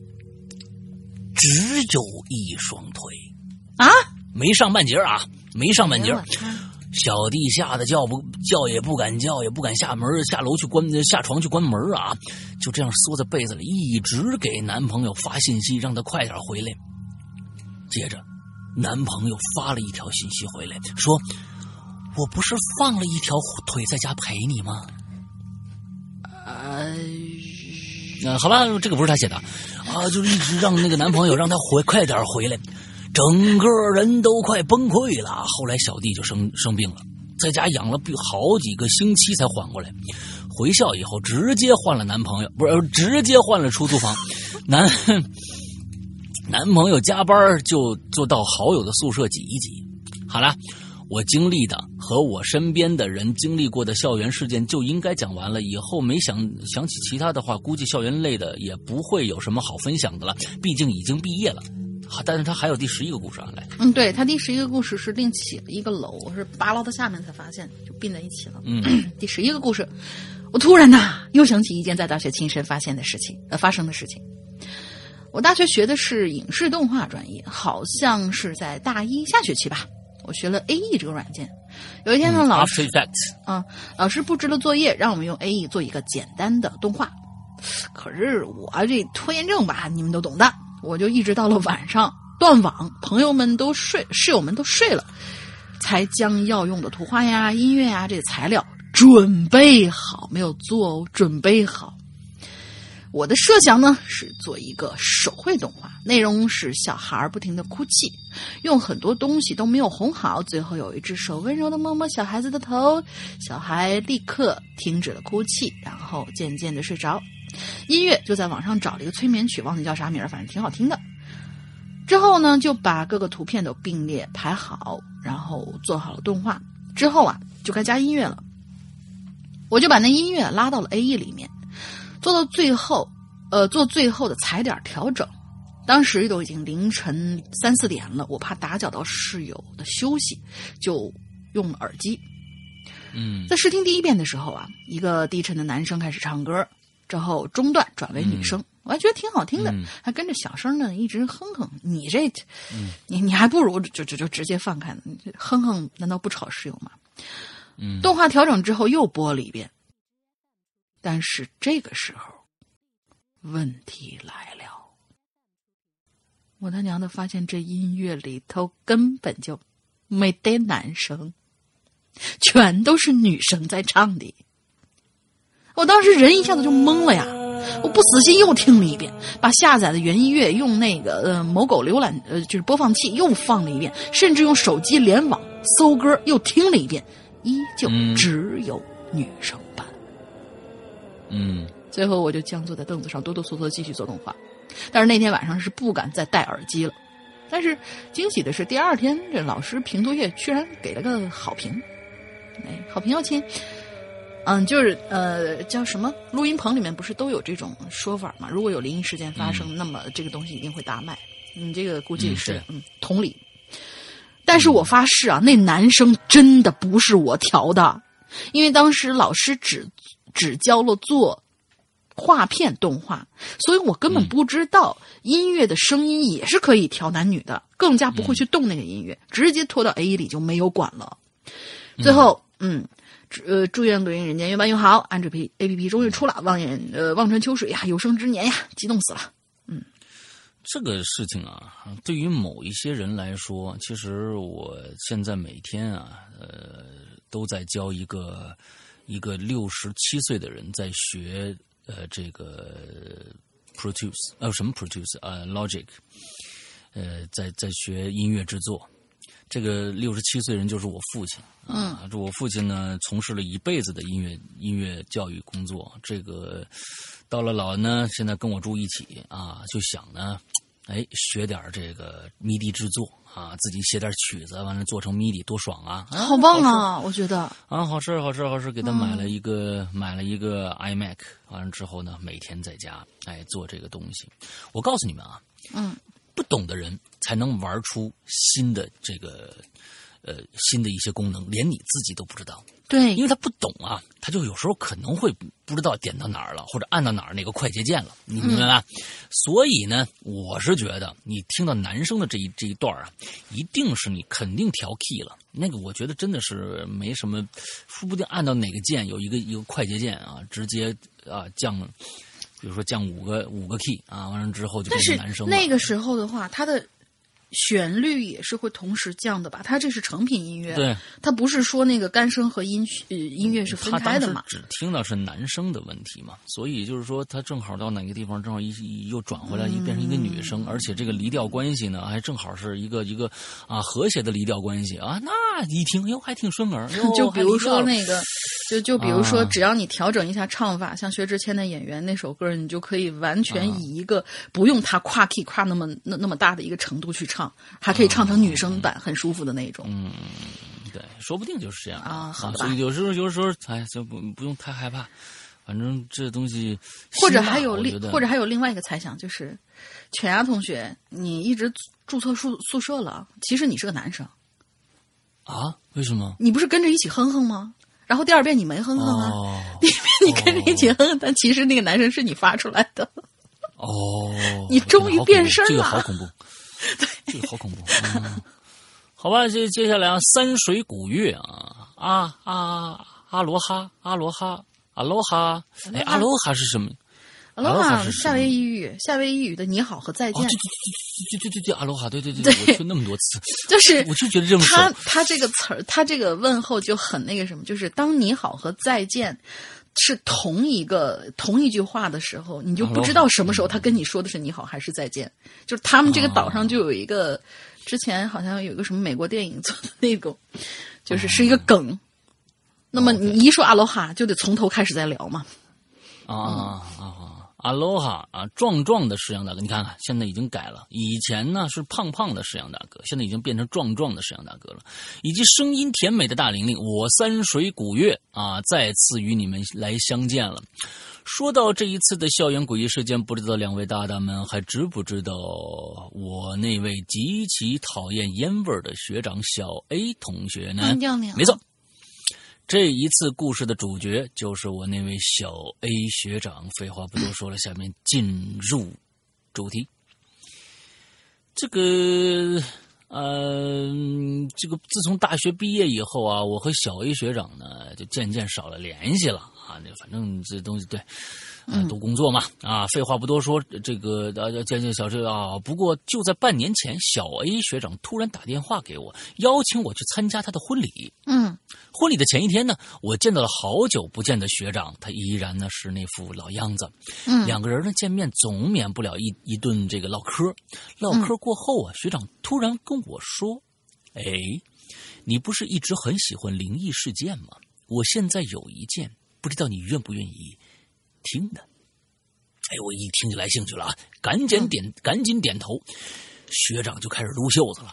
只有一双腿啊， 没上半截啊，没上半截。小弟吓得叫不叫也不敢叫，也不敢下门下楼去关下床去关门啊，就这样缩在被子里，一直给男朋友发信息，让他快点回来。接着，男朋友发了一条信息回来，说：“我不是放了一条腿在家陪你吗？” 呃。 呃，好吧，这个不是他写的啊，就是一直让那个男朋友让他回快点回来，整个人都快崩溃了。后来小弟就生生病了，在家养了好几个星期才缓过来。回校以后直接换了男朋友，不是直接换了出租房。男男朋友加班就就到好友的宿舍挤一挤。好了。我经历的和我身边的人经历过的校园事件就应该讲完了，以后没想想起其他的话，估计校园类的也不会有什么好分享的了，毕竟已经毕业了。但是他还有第十一个故事啊，来， 嗯，对，他第十一个故事是另起了一个楼，我是扒拉到下面才发现就并在一起了。 嗯， 第十一个故事，我突然呐又想起一件在大学亲身发现的事情，呃，发生的事情。我大学学的是影视动画专业，好像是在大一下学期吧。我学了 A E 这个软件，有一天呢， 嗯、 老师啊、 嗯，老师布置了作业，让我们用 A E 做一个简单的动画。可是我这拖延症吧，你们都懂的，我就一直到了晚上断网，朋友们都睡，室友们都睡了，才将要用的图画呀、音乐呀这些材料准备好，没有做哦，准备好。我的设想呢是做一个手绘动画，内容是小孩不停的哭泣，用很多东西都没有哄好，最后有一只手温柔的摸摸小孩子的头，小孩立刻停止了哭泣，然后渐渐的睡着。音乐就在网上找了一个催眠曲，忘记叫啥名，反正挺好听的。之后呢，就把各个图片都并列排好，然后做好了动画。之后啊，就该加音乐了。我就把那音乐拉到了 A E 里面。做到最后，呃，做最后的踩点调整。 当时都已经凌晨三四点了，我怕打搅到室友的休息，就用了耳机。 嗯， 在试听第一遍的时候啊，一个低沉的男生开始唱歌，之后中段转为女生，嗯、我还觉得挺好听的，嗯、还跟着小声呢一直哼哼。你这，嗯、你你还不如就就就直接放开了，哼哼难道不吵室友吗？ 嗯， 动画调整之后又播了一遍，但是这个时候问题来了，我他娘的发现这音乐里头根本就没得男生，全都是女生在唱的。我当时人一下子就懵了呀！我不死心又听了一遍，把下载的原音乐用那个呃某狗浏览呃就是播放器又放了一遍，甚至用手机联网搜歌又听了一遍，依旧只有女生版。 嗯， 最后我就僵坐在凳子上，哆哆嗦嗦继续做动画。但是那天晚上是不敢再戴耳机了。但是惊喜的是，第二天这老师评作业居然给了个好评。哎，好评要亲。嗯，就是呃，叫什么？录音棚里面不是都有这种说法吗？如果有灵异事件发生，嗯、那么这个东西一定会大卖。你这个估计是 嗯, 嗯同理。但是我发誓啊，那男生真的不是我调的，因为当时老师只只教了做画片动画，所以我根本不知道音乐的声音也是可以调男女的，更加不会去动那个音乐，直接拖到 A 里就没有管了。最后，嗯。呃，祝愿鬼影人间越办越好。安卓 P A P P 终于出了，望眼呃望穿秋水呀，有生之年呀，激动死了。嗯， 这个事情啊，对于某一些人来说，其实我现在每天啊，呃，都在教一个一个六十七岁的人在学呃这个 Produce 呃什么 Produce 呃 Logic， 呃在在学音乐制作。这个六十七岁人就是我父亲， 嗯， 这我父亲呢从事了一辈子的音乐音乐教育工作，这个到了老呢，现在跟我住一起啊，就想呢，哎，学点这个 M I D I 制作啊，自己写点曲子，完了做成 M I D I 多爽啊！ 好棒啊，我觉得啊，好事好事好事，给他买了一个、嗯、买了一个 iMac， 完了之后呢，每天在家哎做这个东西。我告诉你们啊， 嗯。 不懂的人才能玩出新的这个呃新的一些功能，连你自己都不知道。 对， 因为他不懂啊，他就有时候可能会不知道点到哪儿了，或者按到哪儿那个快捷键了，你明白吧？嗯、所以呢，我是觉得你听到男生的这一这一段啊，一定是你肯定调 key 了。那个我觉得真的是没什么，说不定按到哪个键有一个一个快捷键啊，直接啊降。比如说降五个五个 key 啊，完了之后就变成男生了。 但是那个时候的话，它的旋律也是会同时降的吧？它这是成品音乐， 对， 它不是说那个干声和音呃音乐是分开的嘛？ 他当时只听到是男生的问题嘛，所以就是说他正好到哪个地方，正好一又转回来，一变成一个女生，嗯、而且这个离调关系呢，还正好是一个一个啊和谐的离调关系啊，那一听哟还挺顺耳。 就比如说那个。就就比如说，只要你调整一下唱法，啊、像薛之谦的《演员》那首歌，你就可以完全以一个不用他跨 key 跨那么那那么大的一个程度去唱，还可以唱成女生版，很舒服的那种。 嗯，对，说不定就是这样啊。好吧， 所以有时候有时候哎，就不不用太害怕，反正这东西。 或者还有另或者还有另外一个猜想，就是犬牙同学，你一直注册宿宿舍了，其实你是个男生。 啊？为什么？ 你不是跟着一起哼哼吗？然后第二遍你没哼哼啊，哦、第一遍你跟着一起哼，哦、但其实那个男生是你发出来的。 哦， 你终于变身了， 这个好恐怖， 对， 这个好恐怖。嗯、好吧，这接下来啊，山水古乐啊，啊啊阿罗哈，阿罗哈，阿罗哈，哎，阿罗哈是什么？ 阿罗哈夏威夷语，夏威夷语的你好和再见。 哦、对对对对对对，阿罗哈，对对对，我听那么多次， 就是我就觉得这么他他这个词儿，他这个问候就很那个什么，就是当你好和再见是同一个同一句话的时候，你就不知道什么时候他跟你说的是你好还是再见。就是他们这个岛上就有一个，哦、之前好像有一个什么美国电影做的那种，就是是一个梗。哦、那么你一说阿罗哈，就得从头开始再聊嘛。 啊啊啊！ 阿罗哈啊，壮壮的石阳大哥，你看看，现在已经改了。以前呢是胖胖的石阳大哥，现在已经变成壮壮的石阳大哥了。以及声音甜美的大玲玲，我三水古月啊，再次与你们来相见了。说到这一次的校园诡异事件，不知道两位大大们还知不知道我那位极其讨厌烟味的学长小 A 同学呢？没错。这一次故事的主角就是我那位小 A 学长。废话不多说了，下面进入主题。这个，呃，这个自从大学毕业以后啊，我和小 A 学长呢就渐渐少了联系了啊。反正这东西对。呃，都工作嘛，啊，废话不多说，这个呃，渐渐小这啊。不过就在半年前，小 A 学长突然打电话给我，邀请我去参加他的婚礼。嗯，婚礼的前一天呢，我见到了好久不见的学长，他依然呢是那副老样子。嗯，两个人呢见面总免不了一一顿这个唠嗑。唠嗑过后啊，学长突然跟我说：“哎，你不是一直很喜欢灵异事件吗？我现在有一件，不知道你愿不愿意听的。”哎，我一听就来兴趣了啊，赶紧点、嗯、赶紧点头。学长就开始撸袖子了。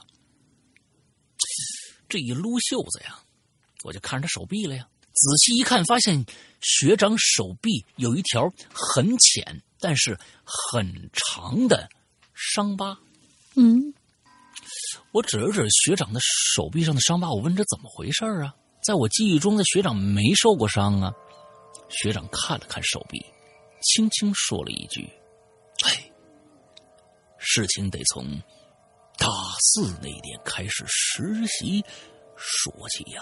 这一撸袖子呀，我就看着他手臂了呀。仔细一看，发现学长手臂有一条很浅但是很长的伤疤。嗯，我指了指学长的手臂上的伤疤，我问这怎么回事啊？在我记忆中的学长没受过伤啊。学长看了看手臂，轻轻说了一句：“哎，事情得从大四那年开始实习说起呀。”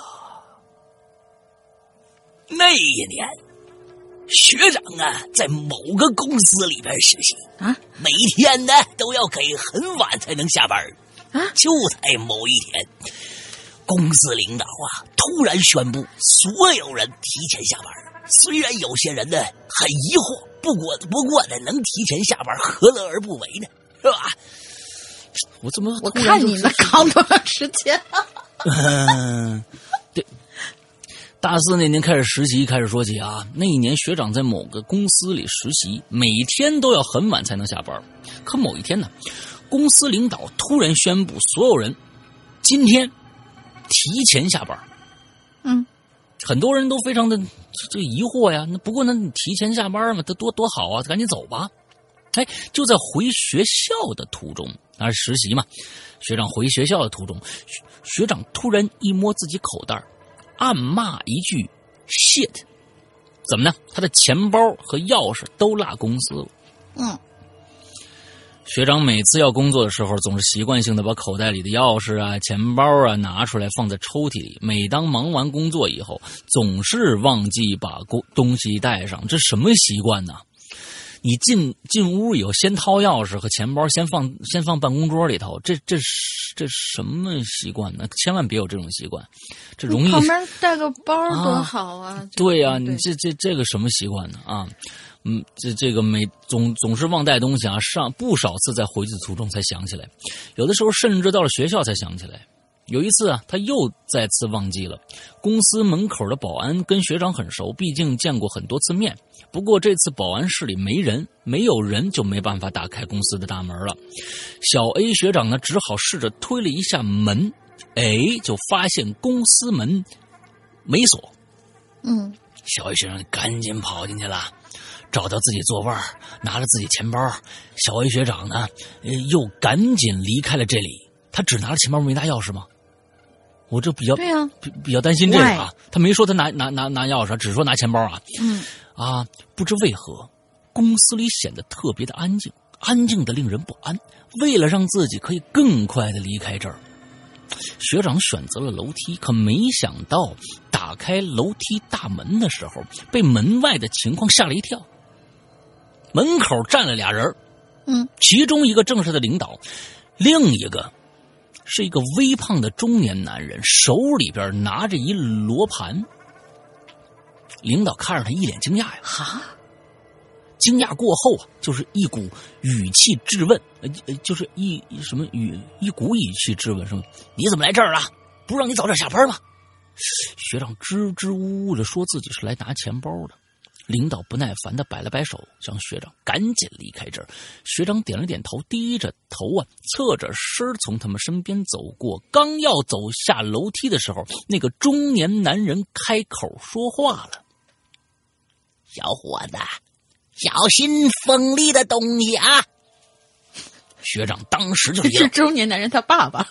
那一年，学长啊在某个公司里边实习啊，每天呢都要给很晚才能下班啊。就在某一天，公司领导啊突然宣布所有人提前下班。虽然有些人呢很疑惑，不过不过呢能提前下班，何乐而不为呢？是吧？我怎么我看你能扛多长时间？ 嗯，对。大四那年开始实习，开始说起啊。那一年学长在某个公司里实习，每天都要很晚才能下班。可某一天呢，公司领导突然宣布所有人今天提前下班。嗯。很多人都非常的这个疑惑呀，那不过呢，你提前下班嘛，这多多好啊，赶紧走吧。哎，就在回学校的途中，那是实习嘛，学长回学校的途中，学, 学长突然一摸自己口袋，暗骂一句 shit。 怎么呢？他的钱包和钥匙都落公司了。嗯。学长每次要工作的时候，总是习惯性的把口袋里的钥匙啊、钱包啊拿出来放在抽屉里。每当忙完工作以后，总是忘记把东西带上。这什么习惯呢？你进进屋以后，先掏钥匙和钱包，先放先放办公桌里头。这这这什么习惯呢？千万别有这种习惯，这容易。 旁边带个包多好啊！啊对呀、啊，你这这这个什么习惯呢？啊？嗯，这这个每总总是忘带东西啊，上不少次在回去的途中才想起来，有的时候甚至到了学校才想起来。有一次啊，他又再次忘记了。公司门口的保安跟学长很熟，毕竟见过很多次面。不过这次保安室里没人，没有人就没办法打开公司的大门了。小 A 学长呢，只好试着推了一下门，哎，就发现公司门没锁。嗯，小 A 学长赶紧跑进去了。找到自己座位，拿了自己钱包，小 A 学长呢，又赶紧离开了这里。他只拿了钱包没拿钥匙吗？我这比较对啊， 比比较担心这个啊。他没说他拿拿拿拿钥匙，只说拿钱包啊。嗯啊，不知为何，公司里显得特别的安静，安静的令人不安。为了让自己可以更快的离开这儿，学长选择了楼梯，可没想到打开楼梯大门的时候，被门外的情况吓了一跳。门口站了俩人，嗯，其中一个正是的领导，另一个是一个微胖的中年男人，手里边拿着一罗盘。领导看着他一脸惊讶呀，哈！惊讶过后啊，就是一股语气质问，呃，就是一什么语一股语气质问，说你怎么来这儿了？不是让你早点下班吗？学长支支吾吾的说自己是来拿钱包的。 领导不耐烦地摆了摆手，让学长赶紧离开这儿。学长点了点头，低着头啊，侧着身从他们身边走过。刚要走下楼梯的时候，那个中年男人开口说话了：“小伙子，小心锋利的东西啊！”学长当时就这是中年男人他爸爸。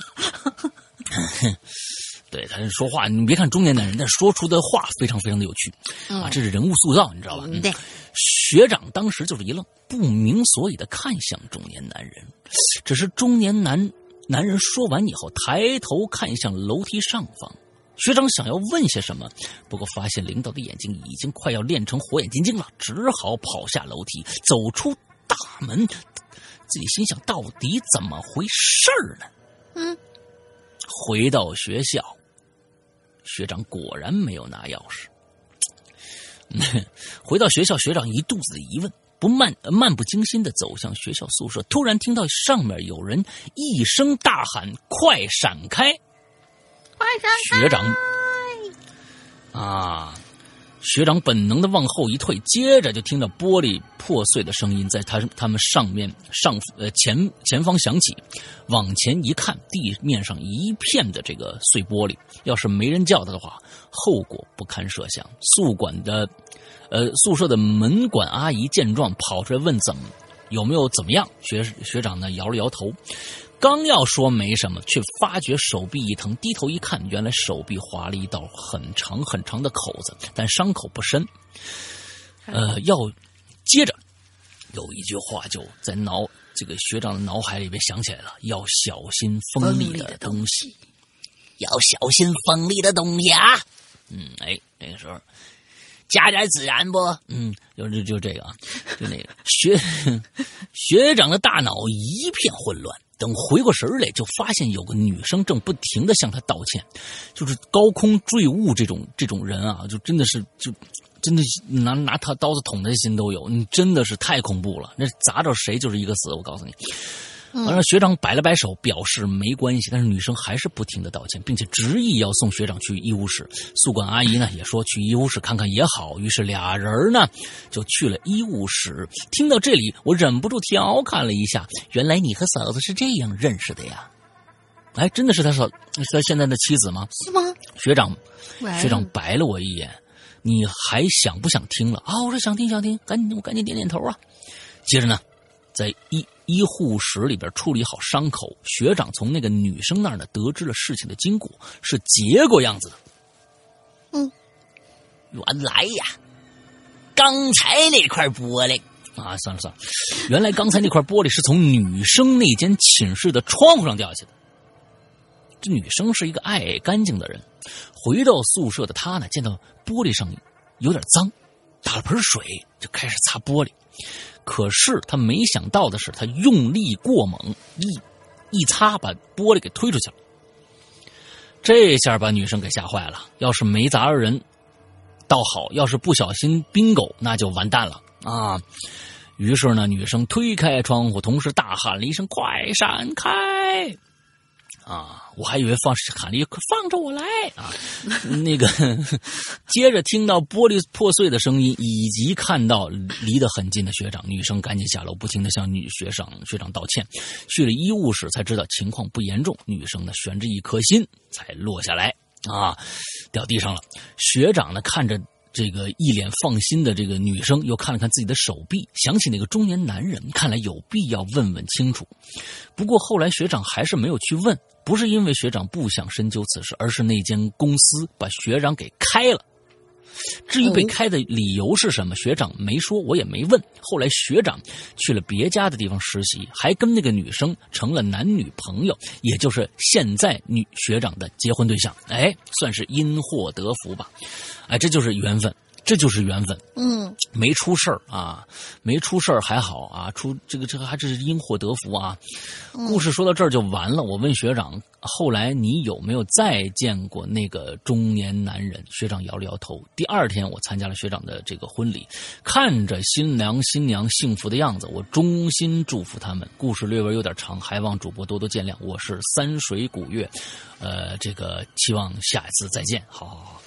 对，他说话，你别看中年男人，但说出的话非常非常的有趣、嗯、啊，这是人物塑造，你知道吧？ 嗯、对。 学长当时就是一愣，不明所以的看向中年男人。只是中年男男人说完以后，抬头看向楼梯上方。学长想要问些什么，不过发现领导的眼睛已经快要练成火眼金睛了，只好跑下楼梯，走出大门。自己心想，到底怎么回事呢？ 嗯， 回到学校。学长果然没有拿钥匙。回到学校，学长一肚子的疑问，不漫漫不经心地走向学校宿舍，突然听到上面有人一声大喊：“快闪开！ 快闪开！” 学长啊，学长本能地往后一退，接着就听到玻璃破碎的声音在他他们上面上呃前前方响起。往前一看，地面上一片的这个碎玻璃，要是没人叫他的话，后果不堪设想。宿管的呃宿舍的门管阿姨见状跑出来问怎么有没有怎么样，学学长呢摇了摇头，刚要说没什么，却发觉手臂一疼，低头一看，原来手臂划了一道很长很长的口子，但伤口不深。呃，要接着有一句话就在脑这个学长的脑海里边想起来了，要小心锋利的东西，要小心锋利的东西啊！嗯，哎，那个时候加点孜然不？嗯，就就就这个啊，就那个学学长的大脑一片混乱，等回过神来，就发现有个女生正不停地向他道歉，就是高空坠物这种这种人啊，就真的是就。真的拿拿他刀子捅他的心都有，你真的是太恐怖了，那砸着谁就是一个死，我告诉你。完了，学长摆了摆手，表示没关系，但是女生还是不停的道歉，并且执意要送学长去医务室。宿管阿姨呢也说去医务室看看也好，于是俩人呢就去了医务室。听到这里，我忍不住调侃了一下，原来你和嫂子是这样认识的呀？哎，真的是他嫂他现在的妻子吗？ 是吗？ 学长，学长白了我一眼。你还想不想听了啊？我说想听想听，赶紧我赶紧点点头啊。接着呢，在医医护室里边处理好伤口，学长从那个女生那儿呢得知了事情的经过，是结果样子的。 嗯， 原来呀，刚才那块玻璃啊，算了算了，原来刚才那块玻璃是从女生那间寝室的窗户上掉下去的。这女生是一个爱干净的人，回到宿舍的她呢，见到玻璃上有点脏，打了盆水就开始擦玻璃。可是她没想到的是，她用力过猛，一一擦把玻璃给推出去了。这下把女生给吓坏了，要是没砸着人倒好，要是不小心 bingo 那就完蛋了啊！于是呢，女生推开窗户，同时大喊了一声：“快闪开！”啊，我还以为放喊了一个放着我来啊，那个接着听到玻璃破碎的声音，以及看到离得很近的学长，女生赶紧下楼，不停地向女学长学长道歉。去了医务室才知道情况不严重，女生呢悬着一颗心才落下来啊，掉地上了。学长呢看着这个一脸放心的这个女生，又看了看自己的手臂，想起那个中年男人，看来有必要问问清楚。不过后来学长还是没有去问，不是因为学长不想深究此事，而是那间公司把学长给开了。至于被开的理由是什么，学长没说，我也没问。后来学长去了别家的地方实习，还跟那个女生成了男女朋友，也就是现在女学长的结婚对象。哎，算是因祸得福吧。哎，这就是缘分，这就是缘分。 嗯， 没出事儿啊，没出事儿还好啊，出这个这个还真是因祸得福啊。故事说到这儿就完了。我问学长，后来你有没有再见过那个中年男人？学长摇了摇头。第二天我参加了学长的这个婚礼，看着新郎新娘幸福的样子，我衷心祝福他们。故事略微有点长，还望主播多多见谅。我是三水古月，呃，这个期望下一次再见。好好好。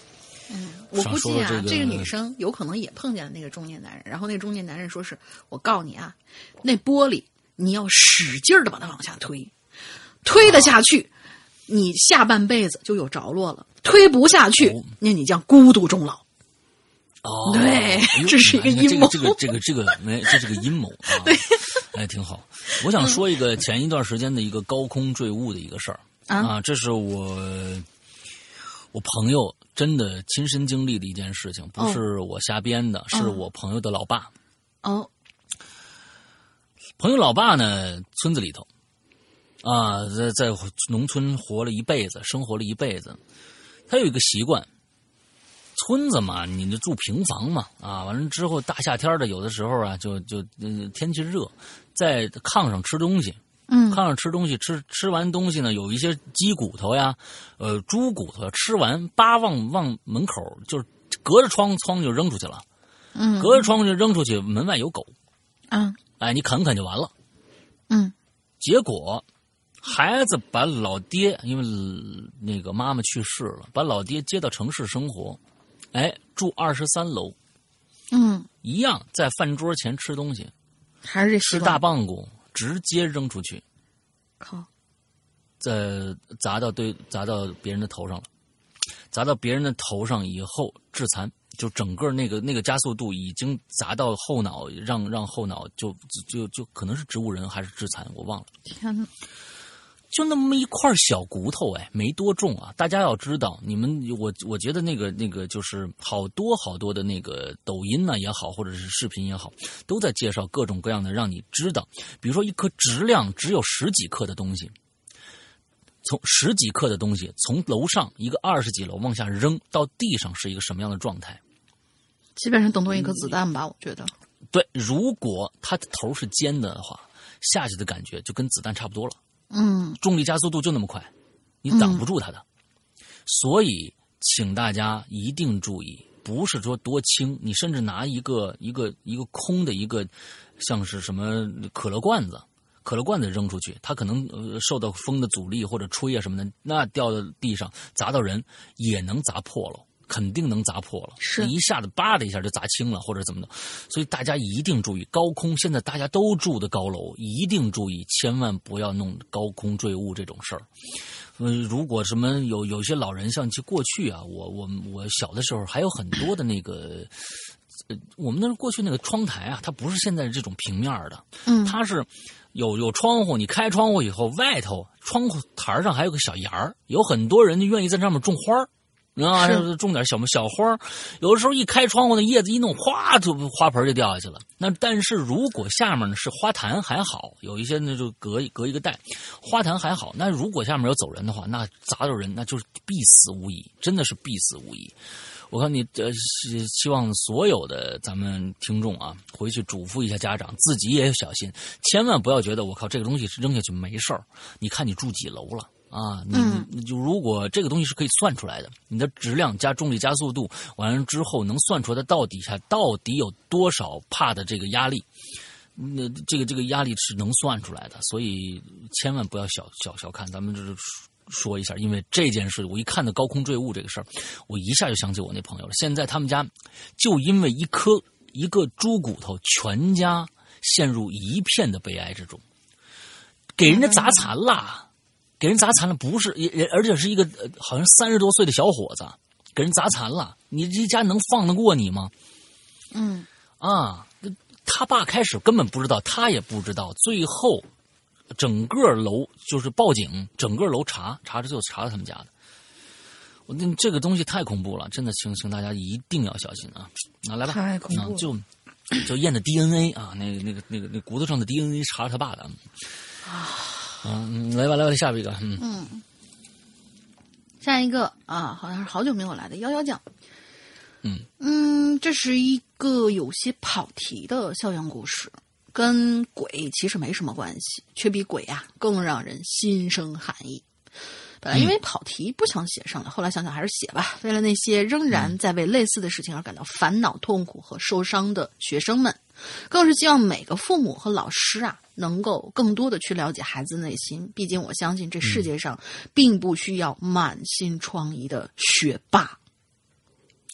嗯，我估计啊， 这个、 这个女生有可能也碰见了那个中年男人，然后那个中年男人说是：“我告诉你啊，那玻璃你要使劲的把它往下推，推得下去，啊、你下半辈子就有着落了；推不下去，哦、那你将孤独终老。” 哦， 对，这是一个阴谋。 这个这个这个这个没，这是个阴谋啊。 对， 哎，挺好。我想说一个前一段时间的一个高空坠物的一个事儿、 嗯、 啊，这是我我朋友真的亲身经历的一件事情，不是我瞎编的，哦、是我朋友的老爸。 哦， 朋友老爸呢，村子里头啊，在在农村活了一辈子，生活了一辈子，他有一个习惯。村子嘛，你就住平房嘛，啊，完了之后大夏天的，有的时候啊，就就、呃、天气热，在炕上吃东西， 嗯， 炕上吃东西，吃吃完东西呢，有一些鸡骨头呀，呃，猪骨头，吃完叭往往门口，就是隔着窗窗就扔出去了， 嗯， 隔着窗就扔出去，门外有狗， 嗯， 哎，你啃啃就完了， 嗯， 结果孩子把老爹，因为那个妈妈去世了，把老爹接到城市生活。哎，住二十三楼， 嗯， 一样在饭桌前吃东西， 还是吃大棒骨，直接扔出去， 靠， 再砸到对砸到别人的头上了，砸到别人的头上以后致残，就整个那个那个加速度已经砸到后脑，让让后脑就就就可能是植物人还是致残，我忘了。 天哪！ 就那么一块小骨头，哎，没多重啊！大家要知道，你们我我觉得那个那个就是好多好多的那个抖音呢也好，或者是视频也好，都在介绍各种各样的让你知道，比如说一颗质量只有十几克的东西，从十几克的东西从楼上一个二十几楼往下扔到地上是一个什么样的状态？ 基本上等同一颗子弹吧，我觉得。 对，如果它的头是尖的话，下去的感觉就跟子弹差不多了。 嗯， 重力加速度就那么快，你挡不住它的，嗯、所以请大家一定注意，不是说多轻，你甚至拿一个一个一个空的一个像是什么可乐罐子，可乐罐子扔出去，它可能呃受到风的阻力或者吹啊什么的，那掉到地上砸到人也能砸破了。肯定能砸破了， 是一下子叭的一下就砸青了，或者怎么的，所以大家一定注意高空。现在大家都住的高楼，一定注意，千万不要弄高空坠物这种事儿。呃，如果什么有有些老人，像其过去啊，我我我小的时候还有很多的那个，呃，我们那过去那个窗台啊，它不是现在这种平面的， 嗯， 它是有有窗户，你开窗户以后，外头窗户台上还有个小檐儿，有很多人就愿意在上面种花儿。啊，种点小小花，有的时候一开窗户，那叶子一弄，哗，就花盆就掉下去了。那但是如果下面呢是花坛还好，有一些呢就隔隔一个带，花坛还好。那如果下面有走人的话，那砸到人那就是必死无疑，真的是必死无疑。我看你呃，希望所有的咱们听众啊，回去嘱咐一下家长，自己也小心，千万不要觉得我靠这个东西扔下去没事儿。你看你住几楼了？啊，你你就如果这个东西是可以算出来的，你的质量加重力加速度完了之后，能算出来到底下到底有多少帕的这个压力，那这个这个压力是能算出来的，所以千万不要小小小看。咱们就是说一下，因为这件事，我一看到高空坠物这个事儿，我一下就想起我那朋友了。现在他们家就因为一颗一个猪骨头，全家陷入一片的悲哀之中，给人家砸残了。给人砸残了，不是，而且是一个好像三十多岁的小伙子，给人砸残了，你这家能放得过你吗？ 嗯， 啊，他爸开始根本不知道，他也不知道，最后整个楼就是报警，整个楼查查着就查到他们家的。我那这个东西太恐怖了，真的，请请大家一定要小心啊！啊，来吧， 太恐怖了， 啊、就就验的 D N A 啊，那个那个那个那骨头上的 D N A 查他爸的啊。嗯，来吧，来吧，下一个，嗯嗯，下一个啊，好像是好久没有来的幺幺酱， 嗯嗯，这是一个有些跑题的校园故事，跟鬼其实没什么关系，却比鬼啊更让人心生寒意。本来因为跑题不想写上来，后来想想还是写吧。为了那些仍然在为类似的事情而感到烦恼、痛苦和受伤的学生们，更是希望每个父母和老师啊，能够更多的去了解孩子内心。毕竟我相信这世界上并不需要满心疮痍的学霸。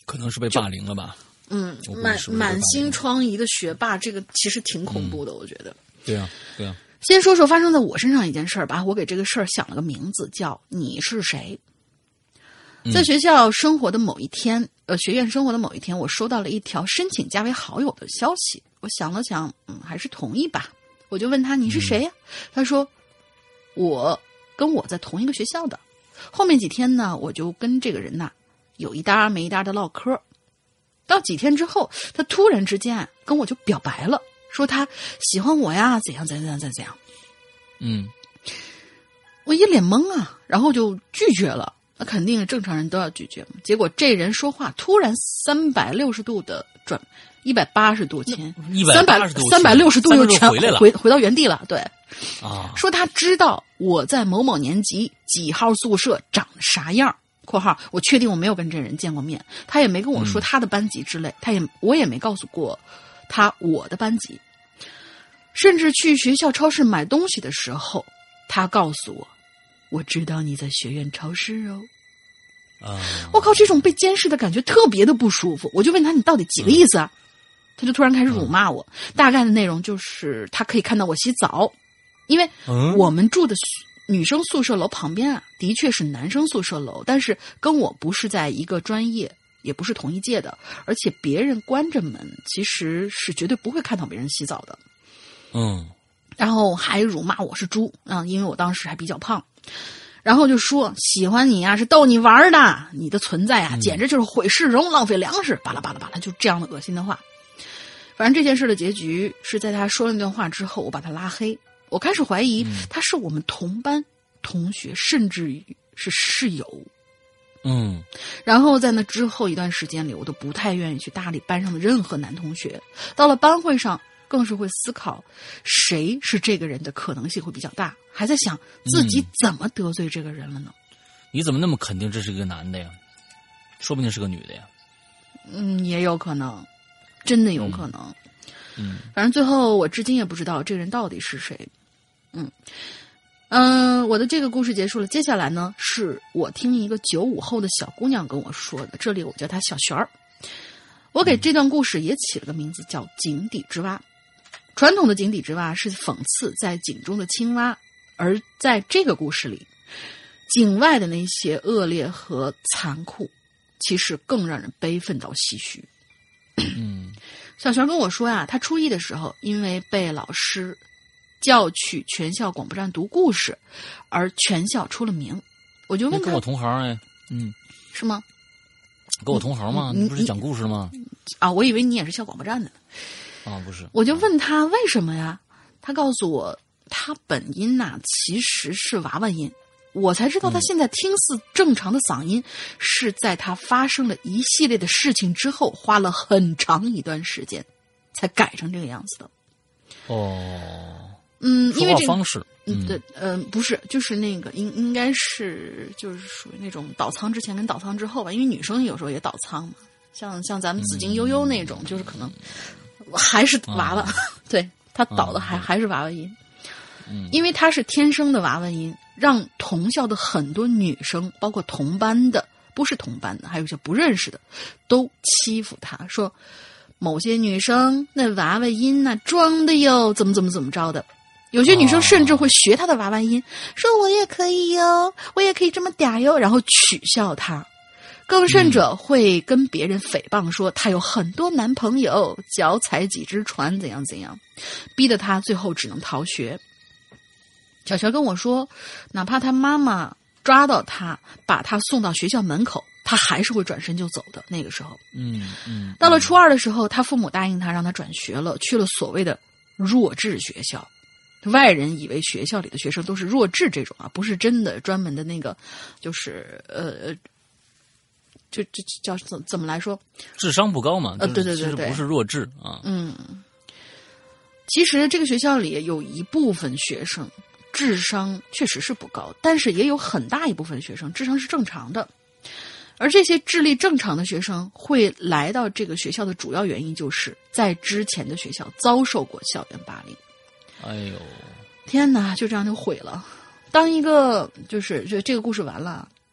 可能是被霸凌了吧？ 嗯， 我估计满是不是被霸凌满心疮痍的学霸，这个其实挺恐怖的， 嗯、 我觉得。 对啊，对啊。 先说说发生在我身上一件事儿吧，我给这个事儿想了个名字，叫“你是谁”。在学校生活的某一天，呃，学院生活的某一天，我收到了一条申请加为好友的消息。我想了想，嗯，还是同意吧。我就问他：“你是谁呀？”嗯、他说：“我跟我在同一个学校的。”后面几天呢，我就跟这个人呐有一搭没一搭的唠嗑。到几天之后，他突然之间跟我就表白了。说他喜欢我呀，怎样怎样怎样怎样， 嗯， 我一脸懵啊，然后就拒绝了。那肯定正常人都要拒绝嘛。结果这人说话突然三百六十度的转，一百八十度前， 一百八十度， 三百六十度又全回来了， 回回到原地了。对， 啊， 说他知道我在某某年级几号宿舍长啥样。括号，我确定我没有跟这人见过面，他也没跟我说他的班级之类，嗯、他也我也没告诉过。他我的班级，甚至去学校超市买东西的时候，他告诉我，我知道你在学院超市哦。 啊！ 我靠，这种被监视的感觉特别的不舒服。我就问他，你到底几个意思啊？嗯、他就突然开始辱骂我，嗯、大概的内容就是他可以看到我洗澡，因为我们住的女生宿舍楼旁边啊，的确是男生宿舍楼，但是跟我不是在一个专业。也不是同一届的，而且别人关着门，其实是绝对不会看到别人洗澡的。 嗯， 然后还辱骂我是猪啊，因为我当时还比较胖，然后就说喜欢你啊是逗你玩的，你的存在啊简直就是毁市容、浪费粮食，巴拉巴拉巴拉，就这样的恶心的话。反正这件事的结局是在他说了那段话之后，我把他拉黑。我开始怀疑他是我们同班同学，甚至于是室友。 嗯， 然后在那之后一段时间里，我都不太愿意去搭理班上的任何男同学。到了班会上，更是会思考谁是这个人的可能性会比较大，还在想自己怎么得罪这个人了呢？ 嗯、你怎么那么肯定这是一个男的呀？说不定是个女的呀。 嗯，也有可能，真的有可能。 嗯， 反正最后我至今也不知道这个人到底是谁。嗯。嗯，我的这个故事结束了。接下来呢，是我听一个九五后的小姑娘跟我说的，这里我叫她小璇儿。我给这段故事也起了个名字，叫井底之蛙。传统的井底之蛙是讽刺在井中的青蛙，而在这个故事里，井外的那些恶劣和残酷，其实更让人悲愤到唏嘘。 嗯， 小璇跟我说呀，她初一的时候，因为被老师叫去全校广播站读故事，而全校出了名。我就问他， 跟我同行哎，嗯， 是吗？ 跟我同行吗？ 你你不是讲故事吗？ 啊，我以为你也是校广播站的。 啊，不是。 我就问他为什么呀？他告诉我，他本音呐、啊、其实是娃娃音。我才知道他现在听似正常的嗓音，嗯、是在他发生了一系列的事情之后，花了很长一段时间才改成这个样子的。 哦。 嗯，因为这个方式， 嗯，对，嗯、呃，不是，就是那个应应该是就是属于那种倒仓之前跟倒仓之后吧，因为女生有时候也倒仓嘛，像像咱们紫荆悠悠那种，嗯、就是可能还是娃娃，啊、对她倒的还、啊、还是娃娃音， 嗯， 因为她是天生的娃娃音，让同校的很多女生，包括同班的，不是同班的，还有一些不认识的，都欺负她，说某些女生那娃娃音呐、啊、装的哟，怎么怎么怎么着的。有些女生甚至会学她的娃娃音，哦、说我也可以哟，我也可以这么嗲哟，然后取笑她。更甚者会跟别人诽谤说她有很多男朋友，脚踩几只船，怎样怎样，逼得她最后只能逃学。小乔跟我说，哪怕她妈妈抓到她，把她送到学校门口，她还是会转身就走的。那个时候， 嗯嗯， 到了初二的时候，她父母答应她让她转学了，去了所谓的弱智学校。外人以为学校里的学生都是弱智这种啊，不是真的专门的那个，就是呃，就就叫怎怎么来说， 智商不高嘛？ 呃，对对对对， 不是弱智啊。 嗯，其实这个学校里有一部分学生智商确实是不高，但是也有很大一部分学生智商是正常的。而这些智力正常的学生会来到这个学校的主要原因，就是在之前的学校遭受过校园霸凌。 哎呦， 天哪，就这样就毁了。当一个就是就这个故事完了，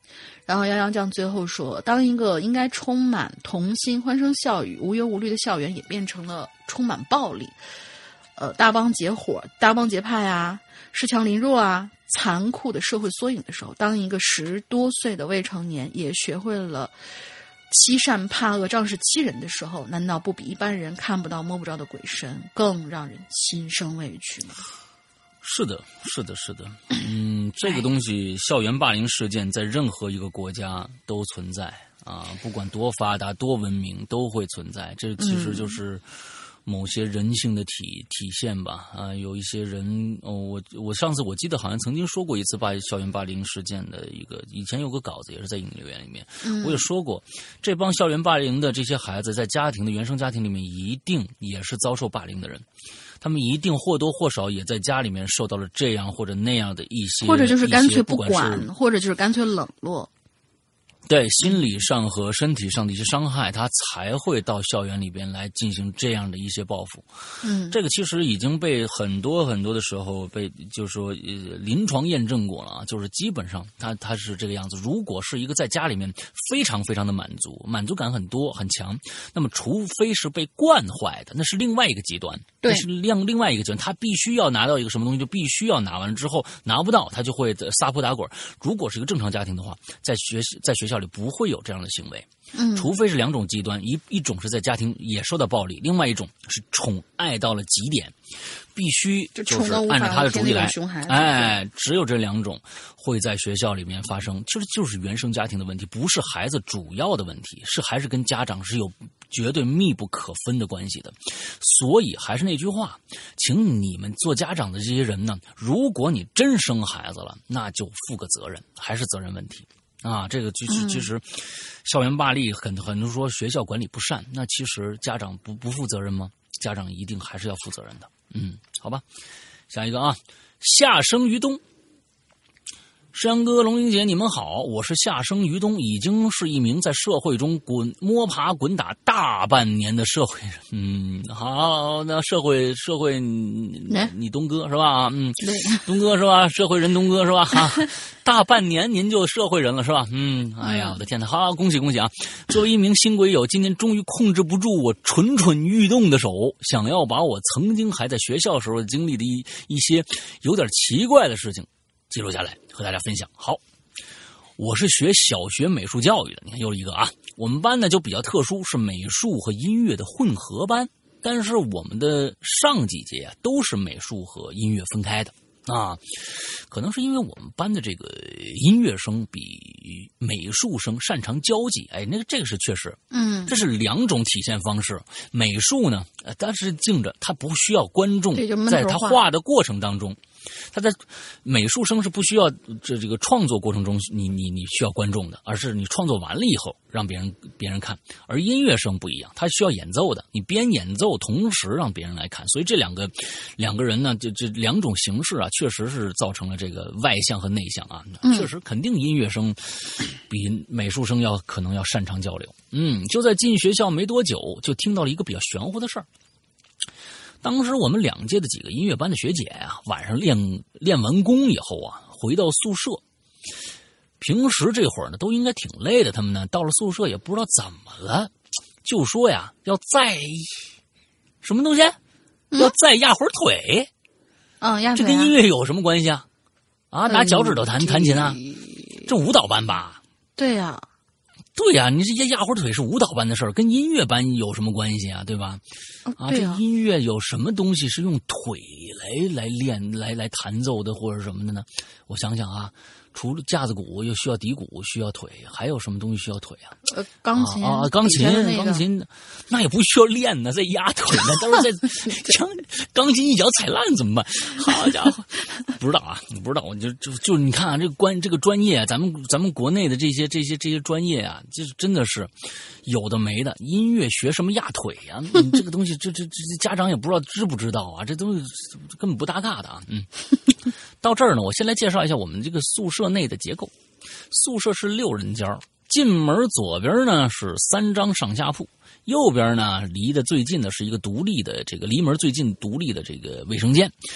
然后杨洋酱最后说，当一个应该充满童心、欢声笑语、无忧无虑的校园也变成了充满暴力，呃，大帮结伙、大帮结派啊，恃强凌弱啊，残酷的社会缩影的时候，当一个十多岁的未成年也学会了欺善怕恶、仗势欺人的时候，难道不比一般人看不到摸不着的鬼神更让人心生畏惧吗？ 是的，是的，是的，嗯，这个东西，校园霸凌事件在任何一个国家都存在啊，不管多发达、多文明，都会存在。这其实就是某些人性的体体现吧。啊，有一些人，哦，我我上次我记得好像曾经说过一次霸校园霸凌事件的一个，以前有个稿子也是在引流员里面，嗯、我也说过，这帮校园霸凌的这些孩子，在家庭的原生家庭里面，一定也是遭受霸凌的人。他们一定或多或少也在家里面受到了这样或者那样的一些， 或者就是干脆不管， 管或者就是干脆冷落。 对心理上和身体上的一些伤害，他才会到校园里边来进行这样的一些报复。 嗯， 这个其实已经被很多很多的时候被就是说呃临床验证过了啊，就是基本上他他是这个样子。如果是一个在家里面非常非常的满足，满足感很多很强，那么除非是被惯坏的，那是另外一个极端。 对， 那是另另外一个极端，他必须要拿到一个什么东西，就必须要拿完了之后拿不到，他就会撒泼打滚。如果是一个正常家庭的话，在学在学校里不会有这样的行为， 嗯， 除非是两种极端，一一种是在家庭也受到暴力，另外一种是宠爱到了极点，必须就是按照他的主意来，哎，只有这两种会在学校里面发生，其实就是原生家庭的问题，不是孩子主要的问题，是还是跟家长是有绝对密不可分的关系的。所以还是那句话，请你们做家长的这些人呢，如果你真生孩子了，那就负个责任，还是责任问题。啊，这个其实其实，校园霸力很很多说学校管理不善，那其实家长不不负责任吗？家长一定还是要负责任的。嗯，好吧，下一个啊，夏生于冬。山羊哥、龙英姐，你们好，我是夏生于冬，已经是一名在社会中滚摸爬滚打大半年的社会人。嗯，好，那社会社会，你东哥是吧？嗯，对，东哥是吧？社会人东哥是吧？哈，大半年您就社会人了是吧？嗯，哎呀，我的天哪，好，恭喜恭喜啊！作为一名新鬼友，今天终于控制不住我蠢蠢欲动的手，想要把我曾经还在学校时候经历的一一些有点奇怪的事情记录下来和大家分享。好，我是学小学美术教育的，你看又一个啊。我们班呢就比较特殊，是美术和音乐的混合班，但是我们的上几节啊都是美术和音乐分开的啊。可能是因为我们班的这个音乐生比美术生擅长交际，哎，那个这个是确实，嗯，这是两种体现方式。美术呢，呃，但是静着，他不需要观众在他画的过程当中。他在美术生是不需要这这个创作过程中你你你需要观众的，而是你创作完了以后让别人别人看。而音乐生不一样，他需要演奏的，你边演奏同时让别人来看。所以这两个两个人呢，这这两种形式啊，确实是造成了这个外向和内向啊。确实，肯定音乐生比美术生要可能要擅长交流。嗯，就在进学校没多久，就听到了一个比较玄乎的事儿。当时我们两届的几个音乐班的学姐啊，晚上练练完功以后啊，回到宿舍。平时这会儿呢，都应该挺累的，他们呢到了宿舍也不知道怎么了，就说呀要再什么东西，要再压会儿腿。 嗯，压腿、啊。 这跟音乐有什么关系啊？啊，拿脚趾头弹、嗯、弹琴啊？这舞蹈班吧？ 对呀、啊。 对呀、啊，你这压压会儿腿是舞蹈班的事儿，跟音乐班有什么关系啊？对吧？ 哦、 啊， 对啊， 这音乐有什么东西是用腿来来练、来来弹奏的，或者什么的呢？我想想啊，除了架子鼓又需要底鼓，需要腿，还有什么东西需要腿啊？ 呃，钢琴啊，钢琴， 那个、 钢琴，那也不需要练呢，在压腿呢，到时候在钢钢琴一脚踩烂怎么办？好家伙，不知道啊，不知道，我就就就你看啊，这个关这个专业，咱们咱们国内的这些这些这些专业啊，就是真的是有的没的。音乐学什么压腿呀、啊？你这个东西，这这这家长也不知道知不知道啊？这东西根本不搭嘎的啊。嗯，到这儿呢，我先来介绍一下我们这个宿舍内的结构。宿舍是六人间，进门左边呢是三张上下铺，右边呢离得最近的是一个独立的这个离门最近独立的这个卫生间。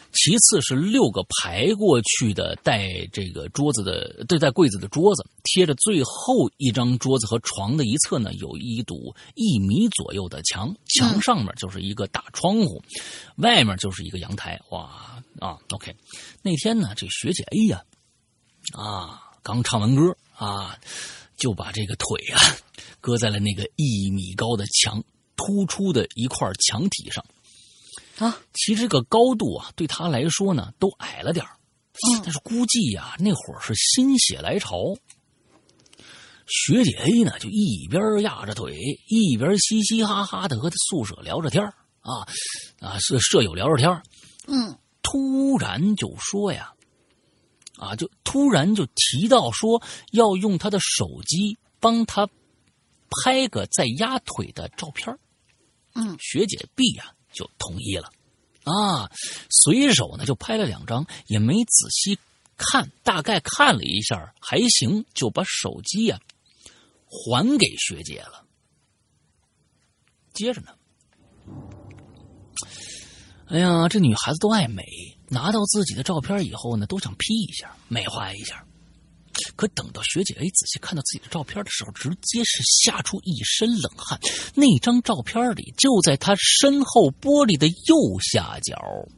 其次是六个排过去的带这个桌子的对带柜子的桌子，贴着最后一张桌子和床的一侧呢，有一堵一米左右的墙，墙上面就是一个大窗户，外面就是一个阳台。哇啊 ，OK， 那天呢，这学姐 A 呀，啊，刚唱完歌啊，就把这个腿啊搁在了那个一米高的墙突出的一块墙体上。啊，其实这个高度啊，对他来说呢，都矮了点儿，嗯，但是估计呀、啊，那会儿是心血来潮。学姐 A 呢，就一边压着腿，一边嘻嘻哈哈的和他宿舍聊着天啊啊，舍舍友聊着天嗯， 突然就说呀，啊，就突然就提到说要用他的手机帮他拍个在压腿的照片。 嗯， 学姐 B 呀、啊。就同意了，啊，随手呢就拍了两张，也没仔细看，大概看了一下还行，就把手机呀、啊、还给学姐了。接着呢，哎呀，这女孩子都爱美，拿到自己的照片以后呢，都想 P 一下，美化一下。可等到学姐 A 仔细看到自己的照片的时候，直接是吓出一身冷汗。那张照片里，就在她身后玻璃的右下角，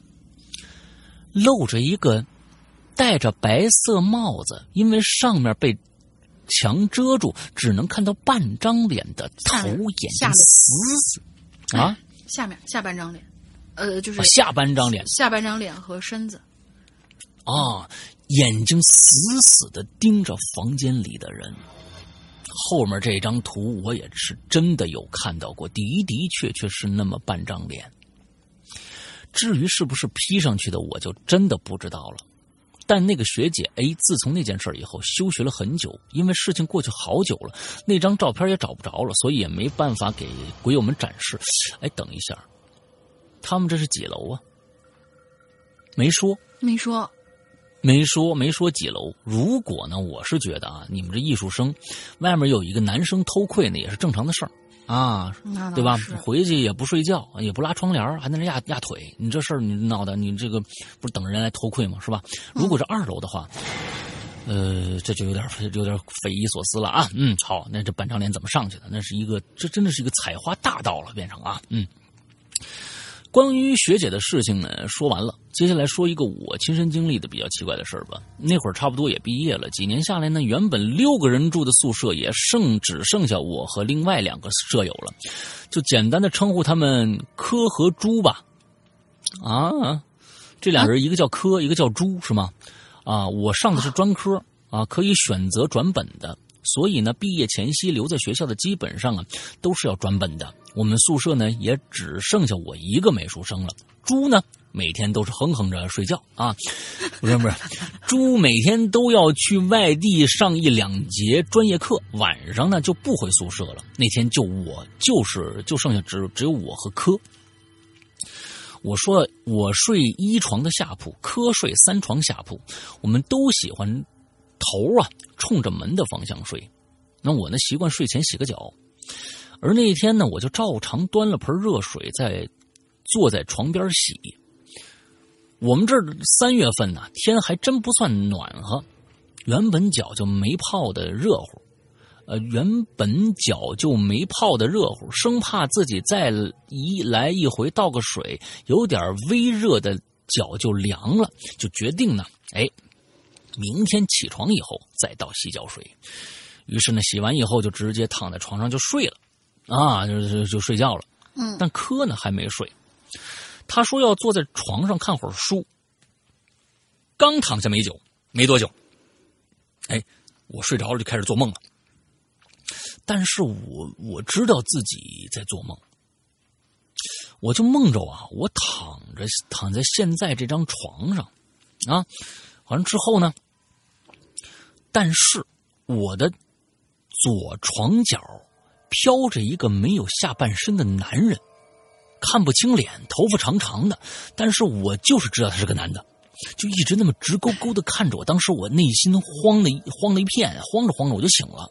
露着一个戴着白色帽子，因为上面被墙遮住，只能看到半张脸的头，眼睛死死啊， 下面下半张脸，呃，就是、 啊、下半张脸， 下半张脸和身子啊。眼睛死死地盯着房间里的人。后面这张图我也是真的有看到过，的的确确是那么半张脸。至于是不是 P 上去的，我就真的不知道了。但那个学姐 A 自从那件事以后休学了很久，因为事情过去好久了，那张照片也找不着了，所以也没办法给鬼友们展示。哎，等一下，他们这是几楼啊？没说， 没说。 没说没说几楼。如果呢，我是觉得啊，你们这艺术生外面有一个男生偷窥呢，也是正常的事儿啊，对吧？回去也不睡觉，也不拉窗帘，还在那压压腿，你这事儿你闹的，你这个不是等着人来偷窥吗？是吧？如果是二楼的话，呃，这就有点有点匪夷所思了啊。嗯，好，那这半张脸怎么上去的？那是一个，这真的是一个采花大盗了，变成啊，嗯。关于学姐的事情呢，说完了，接下来说一个我亲身经历的比较奇怪的事儿吧。那会儿差不多也毕业了，几年下来呢，原本六个人住的宿舍也剩只剩下我和另外两个舍友了，就简单的称呼他们柯和猪吧。啊，这俩人一个叫柯，一个叫猪，是吗？啊，我上的是专科啊，可以选择转本的。所以呢，毕业前夕留在学校的基本上啊都是要转本的。我们宿舍呢也只剩下我一个美术生了。猪呢每天都是哼哼着睡觉啊，不是不是，猪每天都要去外地上一两节专业课，晚上呢就不回宿舍了。那天就我就是就剩下只只有我和柯。我说我睡一床的下铺，柯睡三床下铺，我们都喜欢头啊冲着门的方向睡。那我呢习惯睡前洗个脚，而那一天呢我就照常端了盆热水在坐在床边洗。我们这儿三月份呢天还真不算暖和，原本脚就没泡的热乎呃，原本脚就没泡的热乎，生怕自己再一来一回倒个水有点微热的脚就凉了，就决定呢哎明天起床以后再倒洗脚水。于是呢，洗完以后就直接躺在床上就睡了，啊，就就就睡觉了。 嗯， 但柯呢还没睡，他说要坐在床上看会儿书。刚躺下没久，没多久，哎，我睡着了就开始做梦了。但是我我知道自己在做梦，我就梦着啊，我躺着躺在现在这张床上，啊。完之后呢，但是我的左床角飘着一个没有下半身的男人，看不清脸，头发长长的，但是我就是知道他是个男的，就一直那么直勾勾的看着我。当时我内心慌的慌了一片，慌着慌着我就醒了。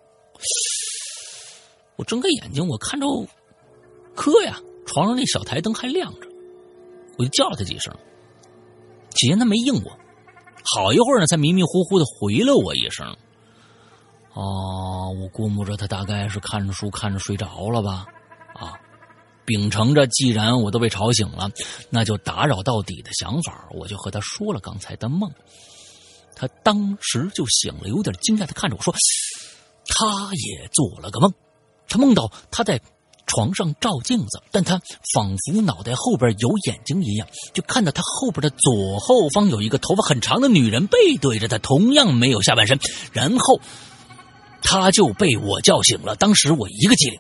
我睁开眼睛，我看着柯呀，床上那小台灯还亮着，我就叫了他几声。 起先他没应我，好一会儿呢，才迷迷糊糊的回了我一声。哦，我估摸着他大概是看着书看着睡着了吧，啊，秉承着既然我都被吵醒了，那就打扰到底的想法，我就和他说了刚才的梦。他当时就醒了，有点惊讶的看着我说，他也做了个梦，他梦到他在床上照镜子，但他仿佛脑袋后边有眼睛一样，就看到他后边的左后方有一个头发很长的女人背对着他，同样没有下半身，然后他就被我叫醒了。当时我一个机灵，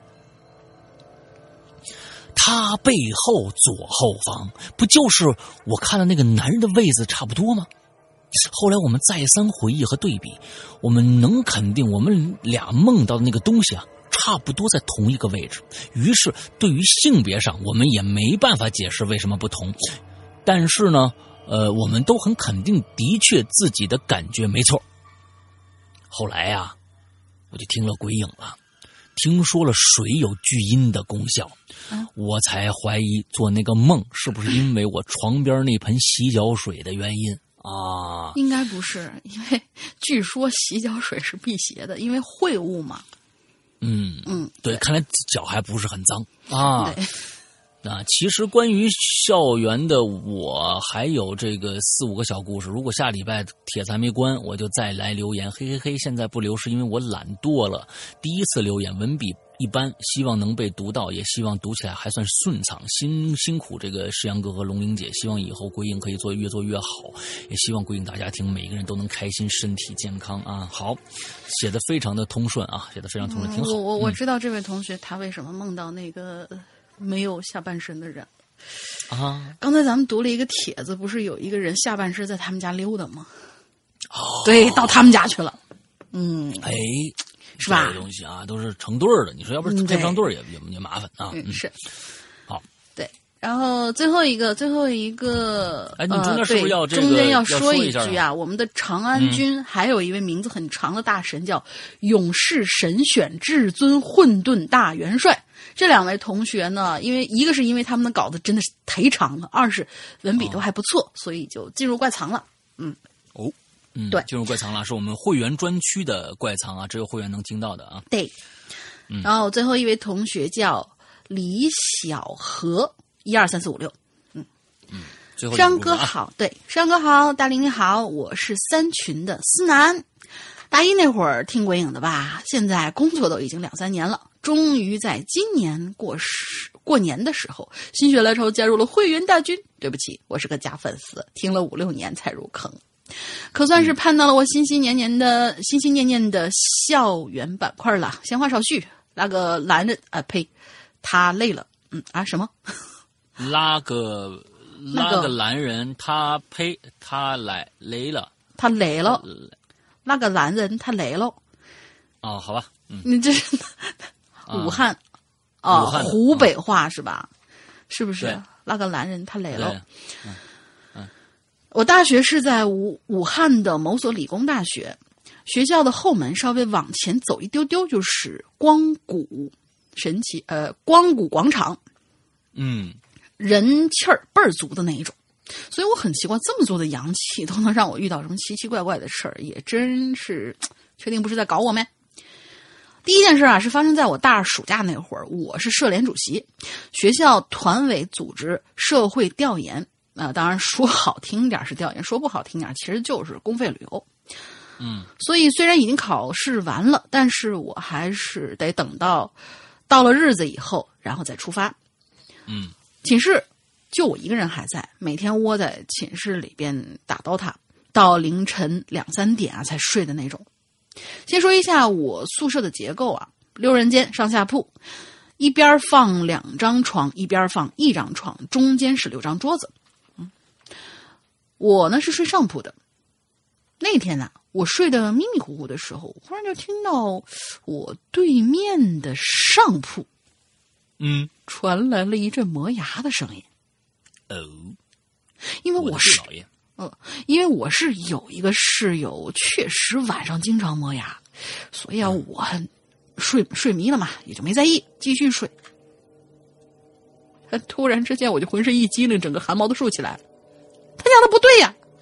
他背后左后方不就是我看到那个男人的位子差不多吗？后来我们再三回忆和对比，我们能肯定我们俩梦到的那个东西啊，差不多在同一个位置。于是对于性别上我们也没办法解释为什么不同，但是呢呃，我们都很肯定的确自己的感觉没错。后来啊我就听了鬼影了，听说了水有聚阴的功效，我才怀疑做那个梦是不是因为我床边那盆洗脚水的原因啊？ 应该不是，因为据说洗脚水是辟邪的，因为秽物嘛。 嗯嗯， 对，看来脚还不是很脏啊。 对。 那其实关于校园的我还有这个四五个小故事，如果下礼拜帖子还没关，我就再来留言。嘿嘿嘿，现在不留是因为我懒惰了。第一次留言，文笔一般，希望能被读到，也希望读起来还算顺畅。辛辛苦这个世阳哥和龙玲姐，希望以后鬼影可以做越做越好，也希望鬼影大家庭每一个人都能开心，身体健康啊。好，写的非常的通顺啊，写的非常通顺，挺好。 我我我知道这位同学他为什么梦到那个没有下半身的人啊。 刚才咱们读了一个帖子，不是有一个人下半身在他们家溜达吗？哦，对，到他们家去了。嗯， 哎， 是吧？ 这些东西啊，都是成对的。你说要不是配不上对儿也也也麻烦啊。 嗯，是。 好， 对。然后最后一个，最后一个， 哎，你中间是不是要这个？ 中间要说一句啊，我们的长安君还有一位名字很长的大神，叫永世神选至尊混沌大元帅。这两位同学呢，因为一个是因为他们的稿子真的是忒长了，二是文笔都还不错，哦、所以就进入怪藏了。嗯， 哦，嗯， 对， 进入怪藏了，是我们会员专区的怪藏啊，只有会员能听到的啊。 对， 嗯、 然后最后一位同学叫李小河，一二三四五六。嗯嗯，最后山哥好，对，山哥好，大林你好，我是三群的思南。大一那会儿听鬼影的吧，现在工作都已经两三年了，终于在今年过时过年的时候心血来潮加入了会员大军。对不起，我是个假粉丝，听了五六年才入坑，可算是盼到了我心心念念的、嗯、心心念念的校园板块了。闲话少叙，拉个男人啊，呸，他累了，嗯啊什么？ 拉个拉个男人，他呸，他来累了， 他累了。那个男人他来了， 哦，好吧，嗯， 你这是武汉啊、哦，湖北话是吧？是不是？那个男人他来了。 嗯嗯， 我大学是在武武汉的某所理工大学，学校的后门稍微往前走一丢丢就是光谷神奇呃光谷广场， 嗯， 人气儿倍儿足的那一种。所以我很奇怪，这么多的阳气都能让我遇到什么奇奇怪怪的事儿，也真是确定不是在搞我没？第一件事啊，是发生在我大二暑假那会儿，我是社联主席，学校团委组织社会调研啊、呃，当然说好听点是调研，说不好听点其实就是公费旅游。 嗯， 所以虽然已经考试完了，但是我还是得等到到了日子以后，然后再出发。 嗯， 寝室就我一个人还在，每天窝在寝室里边打刀塔，到凌晨两三点啊才睡的那种。先说一下我宿舍的结构啊，六人间上下铺，一边放两张床，一边放一张床，中间是六张桌子。嗯，我呢是睡上铺的。那天呢、啊，我睡得迷迷糊糊的时候，忽然就听到我对面的上铺， 嗯， 传来了一阵磨牙的声音。 哦， 因为我是， 嗯， 因为我是有一个室友，确实晚上经常磨牙，所以啊，我睡睡迷了嘛，也就没在意，继续睡。突然之间，我就浑身一激灵，整个汗毛都竖起来了。他讲的不对呀、啊，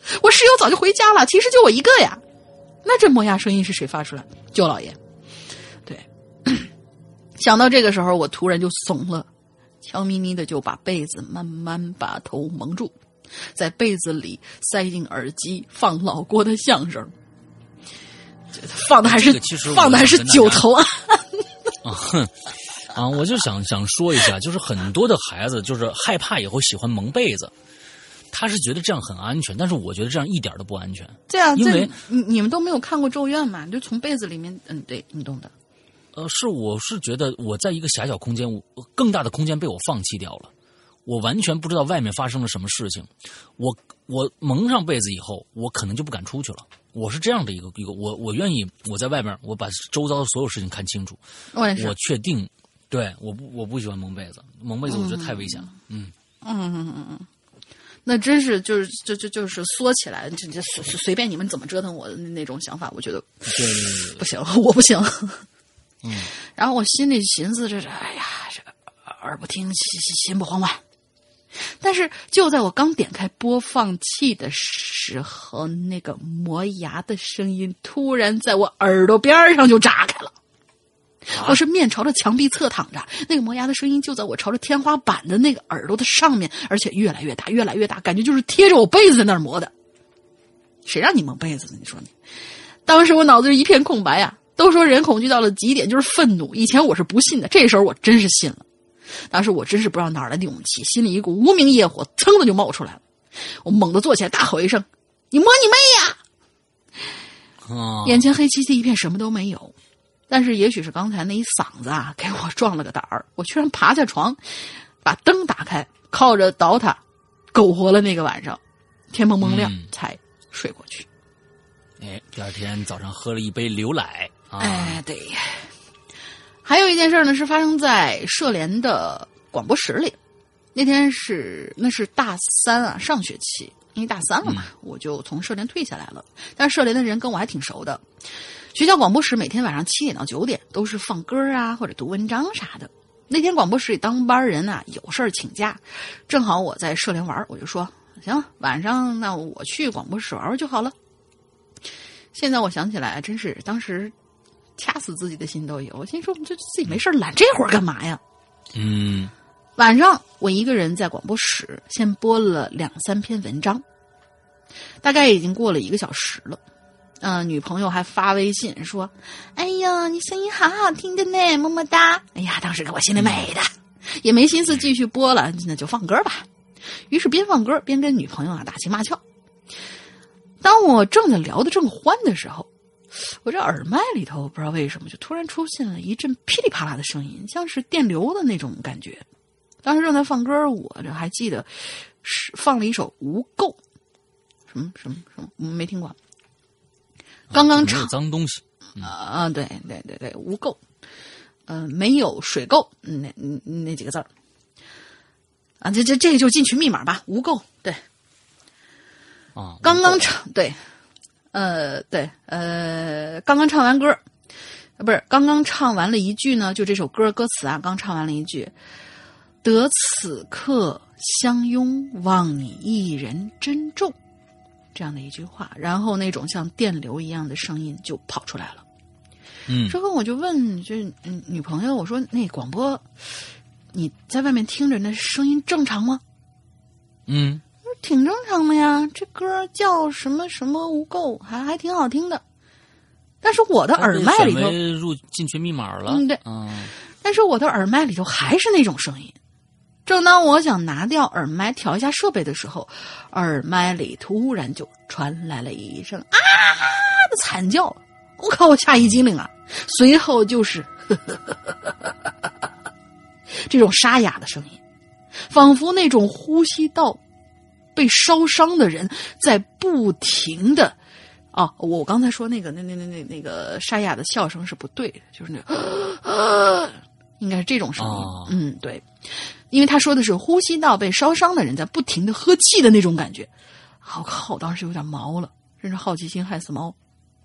我室友早就回家了，其实就我一个呀。那这磨牙声音是谁发出来？舅老爷。对，想到这个时候，我突然就怂了，悄咪咪的就把被子慢慢把头蒙住，在被子里塞进耳机，放老郭的相声，放的还是、 这个、 放的还是九头啊。 啊哼。啊，我就想想说一下，就是很多的孩子就是害怕以后喜欢蒙被子，他是觉得这样很安全，但是我觉得这样一点都不安全。 这样， 因为你你们都没有看过《咒怨》嘛？就从被子里面，嗯，对，你懂的。 呃，是我是觉得我在一个狭小空间，我更大的空间被我放弃掉了，我完全不知道外面发生了什么事情。我我蒙上被子以后，我可能就不敢出去了。我是这样的一个一个，我我愿意我在外面，我把周遭的所有事情看清楚。 我也是， 我确定。对，我不我不喜欢蒙被子，蒙被子我觉得太危险了。嗯嗯嗯嗯嗯，那真是就是就就就是缩起来，就就随随便你们怎么折腾我的那种想法，我觉得对对对不行，我不行。 嗯， 然后我心里寻思着，哎呀，这耳不听心心不慌吧。但是就在我刚点开播放器的时候，那个磨牙的声音突然在我耳朵边上就炸开了。我是面朝着墙壁侧躺着，那个磨牙的声音就在我朝着天花板的那个耳朵的上面，而且越来越大，越来越大，感觉就是贴着我被子在那儿磨的。谁让你蒙被子呢？你说你？当时我脑子是一片空白呀、啊。都说人恐惧到了极点就是愤怒，以前我是不信的，这时候我真是信了。当时我真是不知道哪儿来的勇气，心里一股无名野火噌的就冒出来了。我猛地坐起来，大吼一声：“你摸你妹呀！” 哦、 眼前黑漆漆一片，什么都没有。但是也许是刚才那一嗓子啊，给我壮了个胆儿，我居然爬下床，把灯打开，靠着倒塔，苟活了那个晚上。天蒙蒙亮、嗯、才睡过去。 哎，第二天早上喝了一杯牛奶。啊、 哎，对。还有一件事呢，是发生在社联的广播室里。那天是那是大三啊，上学期，因为大三了嘛，嗯、我就从社联退下来了。但是社联的人跟我还挺熟的。学校广播室每天晚上七点到九点都是放歌啊，或者读文章啥的。那天广播室里当班人啊有事儿请假，正好我在社联玩，我就说行，晚上那我去广播室玩玩就好了。现在我想起来，真是当时掐死自己的心都有。我心说，这自己没事揽这会儿干嘛呀？ 嗯。 晚上我一个人在广播室先播了两三篇文章，大概已经过了一个小时了。嗯、呃，女朋友还发微信说：“哎呀，你声音好好听的呢，么么哒。”哎呀，当时给我心里美的，也没心思继续播了，那就放歌吧。于是边放歌边跟女朋友啊打情骂俏。当我正在聊得正欢的时候，我这耳麦里头不知道为什么就突然出现了一阵噼里啪啦的声音，像是电流的那种感觉。当时正在放歌，我这还记得是放了一首《无垢》，什么什么什么，我们没听过。刚刚唱、 啊、脏东西啊、呃，对对对对，无垢，呃，没有水垢，那那那几个字儿啊，这这这个就进群密码吧，无垢，对， 啊， 刚刚唱，对，呃，对，呃，刚刚唱完歌，不是刚刚唱完了一句呢，就这首歌歌词啊，刚唱完了一句，得此刻相拥，望你一人珍重。这样的一句话，然后那种像电流一样的声音就跑出来了。 嗯， 之后我就问就嗯女朋友，我说那广播你在外面听着那声音正常吗？ 嗯， 挺正常的呀，这歌叫什么什么无垢，还还挺好听的。但是我的耳麦里头入进群密码了， 嗯对， 嗯， 但是我的耳麦里头还是那种声音。正当我想拿掉耳麦调一下设备的时候，耳麦里突然就传来了一声啊的惨叫，我靠，我吓一激灵啊！随后就是呵呵呵呵呵呵这种沙哑的声音，仿佛那种呼吸道被烧伤的人在不停的啊！我刚才说那个那那那那那个沙哑的笑声是不对的，就是那个、呃、应该是这种声音， 哦、 嗯，对。因为他说的是呼吸道被烧伤的人在不停的喝气的那种感觉，好靠，我当时有点毛了，真是好奇心害死猫。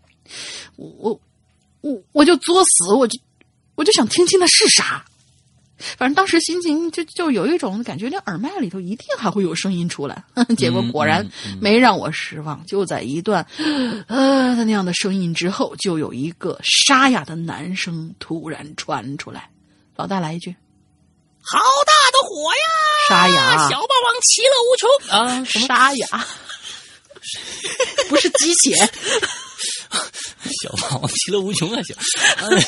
我我我我就作死，我就我就想听听那是啥。 反正当时心情就就有一种感觉，那耳麦里头一定还会有声音出来。结果果然没让我失望，就在一段呃那样的声音之后，就有一个沙哑的男声突然传出来。老大来一句：“ 好大的火呀！ 沙哑， 小霸王其乐无穷啊！ 沙哑，不是鸡血。 小霸王其乐无穷还行。哎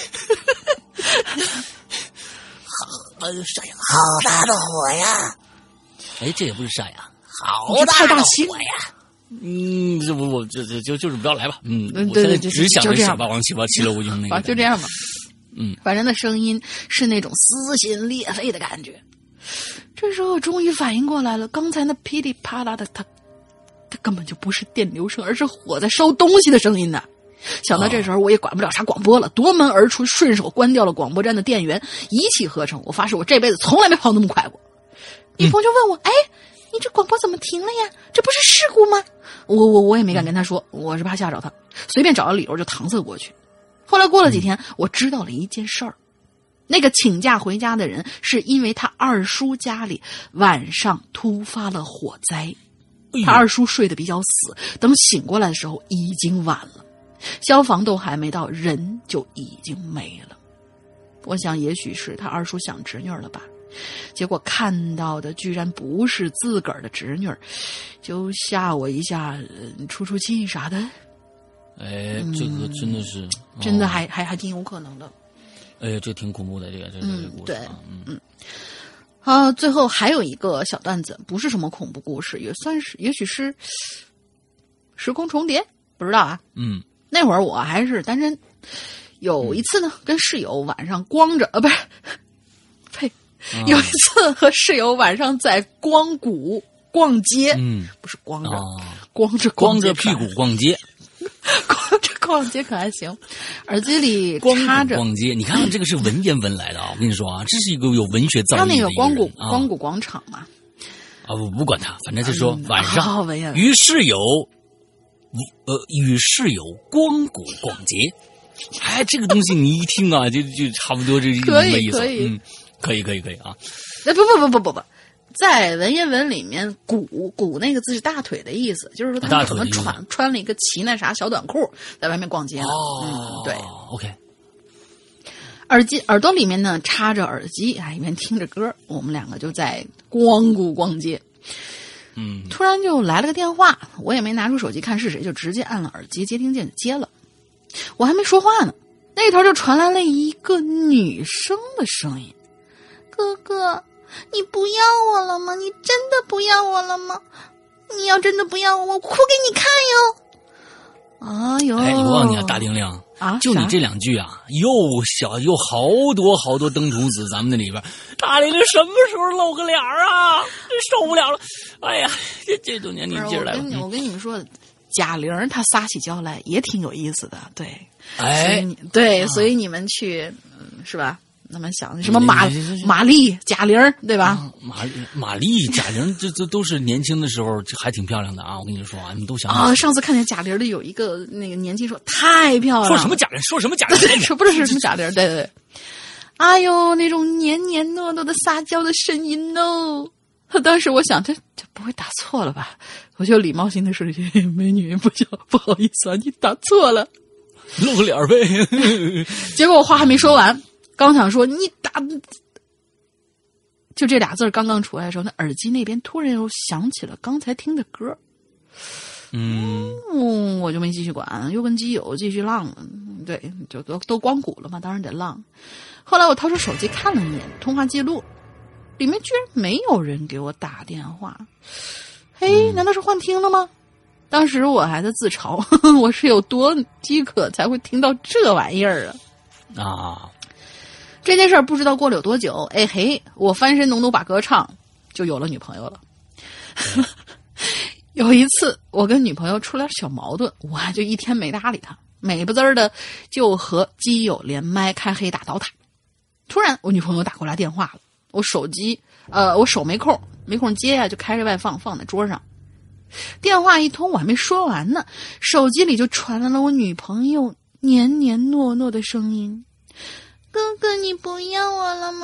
好，沙哑，好大的火呀！哎，这也不是沙哑，好大的火呀！嗯，这我我这这就就是不要来吧。嗯，我现在只想着小霸王其其乐无穷那个。 就这样吧。 嗯， 反正那声音是那种撕心裂肺的感觉。这时候我终于反应过来了，刚才那噼里啪啦的，它它根本就不是电流声，而是火在烧东西的声音呢。想到这时候我也管不了啥广播了，夺门而出，顺手关掉了广播站的电源，一气呵成。我发誓我这辈子从来没跑那么快过。女朋友就问我：“哎，你这广播怎么停了呀？这不是事故吗？”我我我也没敢跟他说，我是怕吓着他，随便找个理由就搪塞过去。后来过了几天，我知道了一件事儿，那个请假回家的人是因为他二叔家里晚上突发了火灾，他二叔睡得比较死，等醒过来的时候已经晚了。消防都还没到，人就已经没了。我想也许是他二叔想侄女了吧，结果看到的居然不是自个儿的侄女，就吓我一下，出出气啥的。 哎，这个真的是、嗯哦、真的还还还挺有可能的。 哎，这挺恐怖的，这个这个、嗯、这个故事。 对，嗯嗯。啊，最后还有一个小段子，不是什么恐怖故事，也算是，也许是时空重叠，不知道啊。 嗯。 那会儿我还是单身，有一次呢，跟室友晚上光着，呃，不是，呸， 啊、 有一次和室友晚上在光谷逛街， 嗯， 不是光着， 啊、 光着光着屁股逛街， 光着逛街可还行，耳机里插着逛街。你看这个是文言文来的啊！我跟你说啊，这是一个有文学造诣的一个人。他那个光谷、 啊、 光谷广场嘛， 啊，我不管他，反正就是说晚上嗯、 与室友。呃，与室友光谷逛街，哎，这个东西你一听啊，就就差不多这一个意思。 可以， 嗯，可以，可以，可以啊。 哎，不不不不不不，在文言文里面，谷谷那个字是大腿的意思，就是说他们可能穿穿了一个齐那啥小短裤，在外面逛街。 哦， 嗯，对 ，OK。 耳机耳朵里面呢插着耳机，啊，一边听着歌，我们两个就在光谷逛街。 嗯， 突然就来了个电话，我也没拿出手机看是谁，就直接按了耳机接听键就接了。我还没说话呢，那头就传来了一个女生的声音：“哥哥，你不要我了吗？你真的不要我了吗？你要真的不要我，我哭给你看哟！”哎呦， 哎，你忘记了大丁亮啊？ 就你这两句啊，又小又好多好多登徒子，咱们那里边，大丁亮什么时候露个脸啊？受不了了！哎呀，这这都年纪劲儿来了。 我跟你我跟你们说，贾玲她撒起娇来也挺有意思的，对， 哎， 对，所以你们去，嗯，是吧？那么想什么马马丽、贾玲，对吧？ 啊、马马丽、贾玲，这这都是年轻的时候还挺漂亮的啊！我跟你说啊，你们都想啊。上次看见贾玲的有一个那个年轻说太漂亮了， 说什么贾玲？说什么贾玲？ 说不是什么贾玲？对对对。哎呦，那种黏黏糯糯的撒娇的声音哦！当时我想，这这不会打错了吧？我就礼貌性的说了一句：“美女，不叫不好意思啊，你打错了， 露个脸呗。” 结果我话还没说完。刚想说你打，就这俩字刚刚出来的时候，那耳机那边突然又响起了刚才听的歌。 嗯， 嗯，我就没继续管，又跟基友继续浪了。对，就都都光谷了嘛，当然得浪。后来我掏出手机看了一眼通话记录，里面居然没有人给我打电话。嘿，难道是幻听了吗？当时我还在自嘲，呵呵，我是有多饥渴才会听到这玩意儿啊！ 啊。 这件事儿不知道过了有多久，哎嘿，我翻身农奴把歌唱，就有了女朋友了。有一次，我跟女朋友出了小矛盾，我就一天没搭理她，美不滋儿的就和基友连麦开黑打倒塔。突然，我女朋友打过来电话了，我手机呃，我手没空，没空接呀、啊，就开着外放放在桌上。电话一通，我还没说完呢，手机里就传来了我女朋友黏黏糯糯的声音。哥哥，你不要我了吗？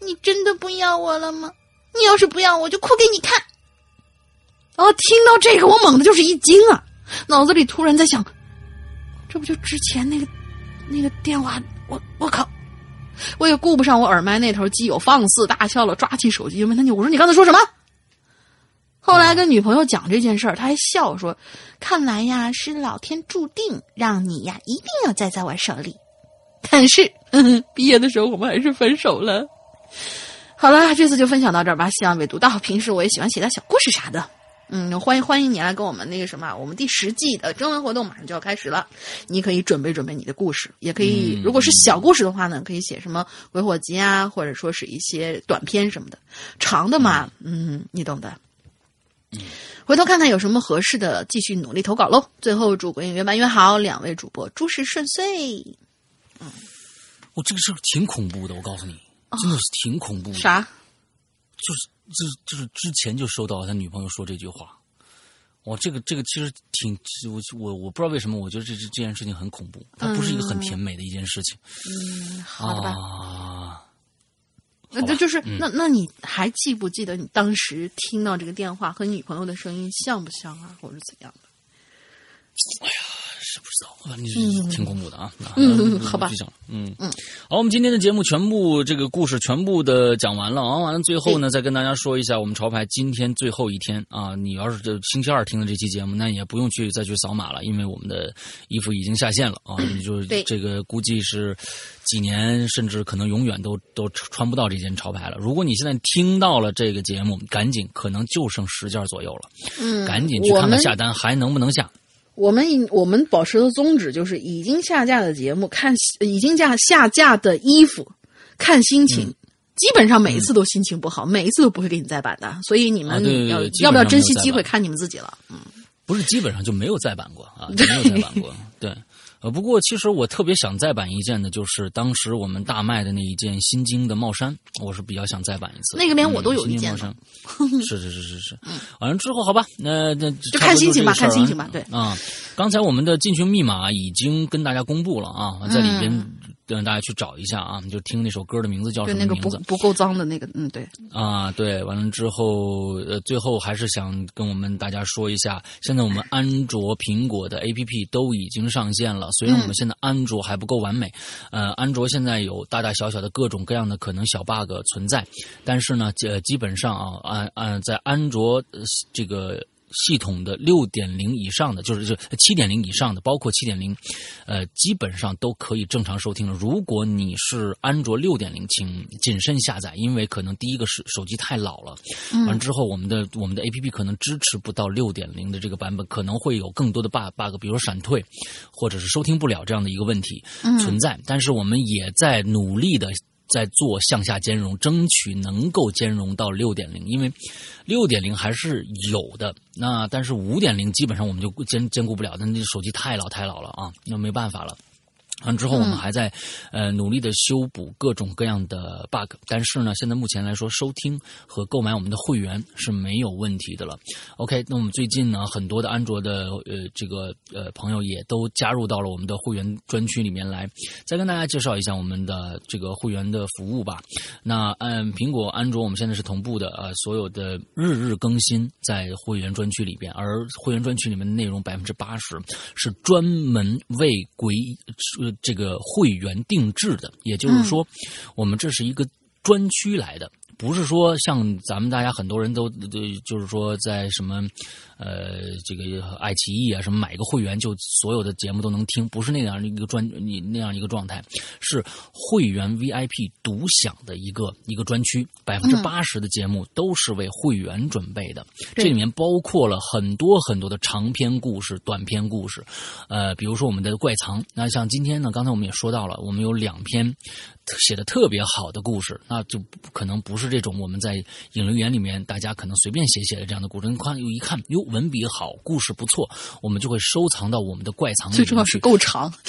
你真的不要我了吗？你要是不要我就哭给你看。哦，听到这个我猛地就是一惊啊，脑子里突然在想，这不就之前那个那个电话，我我靠，我也顾不上我耳麦那头基友放肆大笑了，抓起手机就问他，我说你刚才说什么？后来跟女朋友讲这件事儿，他还笑说，看来呀是老天注定让你呀一定要栽在我手里。但是呵呵毕业的时候我们还是分手了。好了，这次就分享到这儿吧，希望被读到。平时我也喜欢写点小故事啥的，嗯，欢迎欢迎你来跟我们那个什么，我们第十季的征文活动马上就要开始了，你可以准备准备你的故事，也可以，如果是小故事的话呢，可以写什么鬼火集啊，或者说是一些短篇什么的。长的嘛，嗯，你懂的。回头看看有什么合适的，继续努力投稿喽。最后祝鬼影越办越好，两位主播诸事顺遂。嗯， 我、哦、这个事挺恐怖的，我告诉你，真的是挺恐怖的。 啥？ 就是就是就是之前就收到他女朋友说这句话。哇，这个这个其实挺我我我不知道为什么，我觉得这这这件事情很恐怖，它不是一个很甜美的一件事情。 嗯，好的吧。 啊那这就是、 嗯、 那那你还记不记得你当时听到这个电话和女朋友的声音像不像啊，或者怎样的？ 哎呀，是不知道，你是挺恐怖的啊。 嗯，嗯好吧。 嗯嗯，好，我们今天的节目全部这个故事全部的讲完了，讲完了最后呢，再跟大家说一下，我们潮牌今天最后一天啊，你要是这星期二听的这期节目，那也不用去再去扫码了，因为我们的衣服已经下线了啊，你就这个估计是几年甚至可能永远都都穿不到这件潮牌了。如果你现在听到了这个节目，赶紧，可能就剩十件左右了， 嗯， 赶紧去看看下单还能不能下。 我们我们保持的宗旨就是已经下架的节目看，已经下下架的衣服看心情、嗯，基本上每一次都心情不好、嗯，每一次都不会给你再版的，所以你们要、啊、要不要珍惜机会看你们自己了。嗯， 不是基本上就没有再版过啊，没有再版过，对。呃，不过其实我特别想再版一件的，就是当时我们大卖的那一件新京的帽衫，我是比较想再版一次。 那个连我都有一件。 嗯、是是是是是。嗯，完了之后好吧，那那就看心情吧，看心情吧，对。 啊，刚才我们的进群密码已经跟大家公布了啊，在里边。嗯让大家去找一下啊，你就听那首歌的名字叫什么名字？对， 那个不不够脏的那个，嗯，对。 啊，对，完了之后，呃，最后还是想跟我们大家说一下，现在我们安卓、苹果的 A P P 都已经上线了。虽然我们现在安卓还不够完美，呃，安卓现在有大大小小的各种各样的可能小 bug 存在，但是呢，呃，基本上啊，按按在安卓、呃、这个。系统的六点零以上的，就是就七点零以上的，包括七点零，呃，基本上都可以正常收听了。如果你是安卓六点零，请谨慎下载，因为可能第一个是手机太老了，完了之后我们的我们的 A P P 可能支持不到六点零的这个版本，可能会有更多的 bug bug， 比如说闪退或者是收听不了这样的一个问题存在。但是我们也在努力的。在做向下兼容，争取能够兼容到 六点零， 因为 六点零 还是有的，那但是 五点零 基本上我们就兼兼顾不了，但这手机太老太老了啊，那没办法了。完之后，我们还在、嗯、呃努力的修补各种各样的 bug， 但是呢，现在目前来说，收听和购买我们的会员是没有问题的了。OK， 那我们最近呢，很多的安卓的呃这个呃朋友也都加入到了我们的会员专区里面来。再跟大家介绍一下我们的这个会员的服务吧。那按苹果、安卓，我们现在是同步的，呃，所有的日日更新在会员专区里边，而会员专区里面的内容百分之八十是专门为鬼。这个会员定制的，也就是说、嗯、我们这是一个专区来的，不是说像咱们大家很多人都就是说在什么呃这个爱奇艺啊什么买个会员就所有的节目都能听，不是那样一个专你那样一个状态，是会员 V I P 独享的一个一个专区，百分之八十的节目都是为会员准备的、嗯、这里面包括了很多很多的长篇故事、短篇故事，呃比如说我们的怪藏，那像今天呢刚才我们也说到了，我们有两篇写的特别好的故事，那就可能不是这种我们在引流言里面大家可能随便写写的这样的故事，你看又一看哟文笔好，故事不错，我们就会收藏到我们的怪藏里面。 最重要是够长。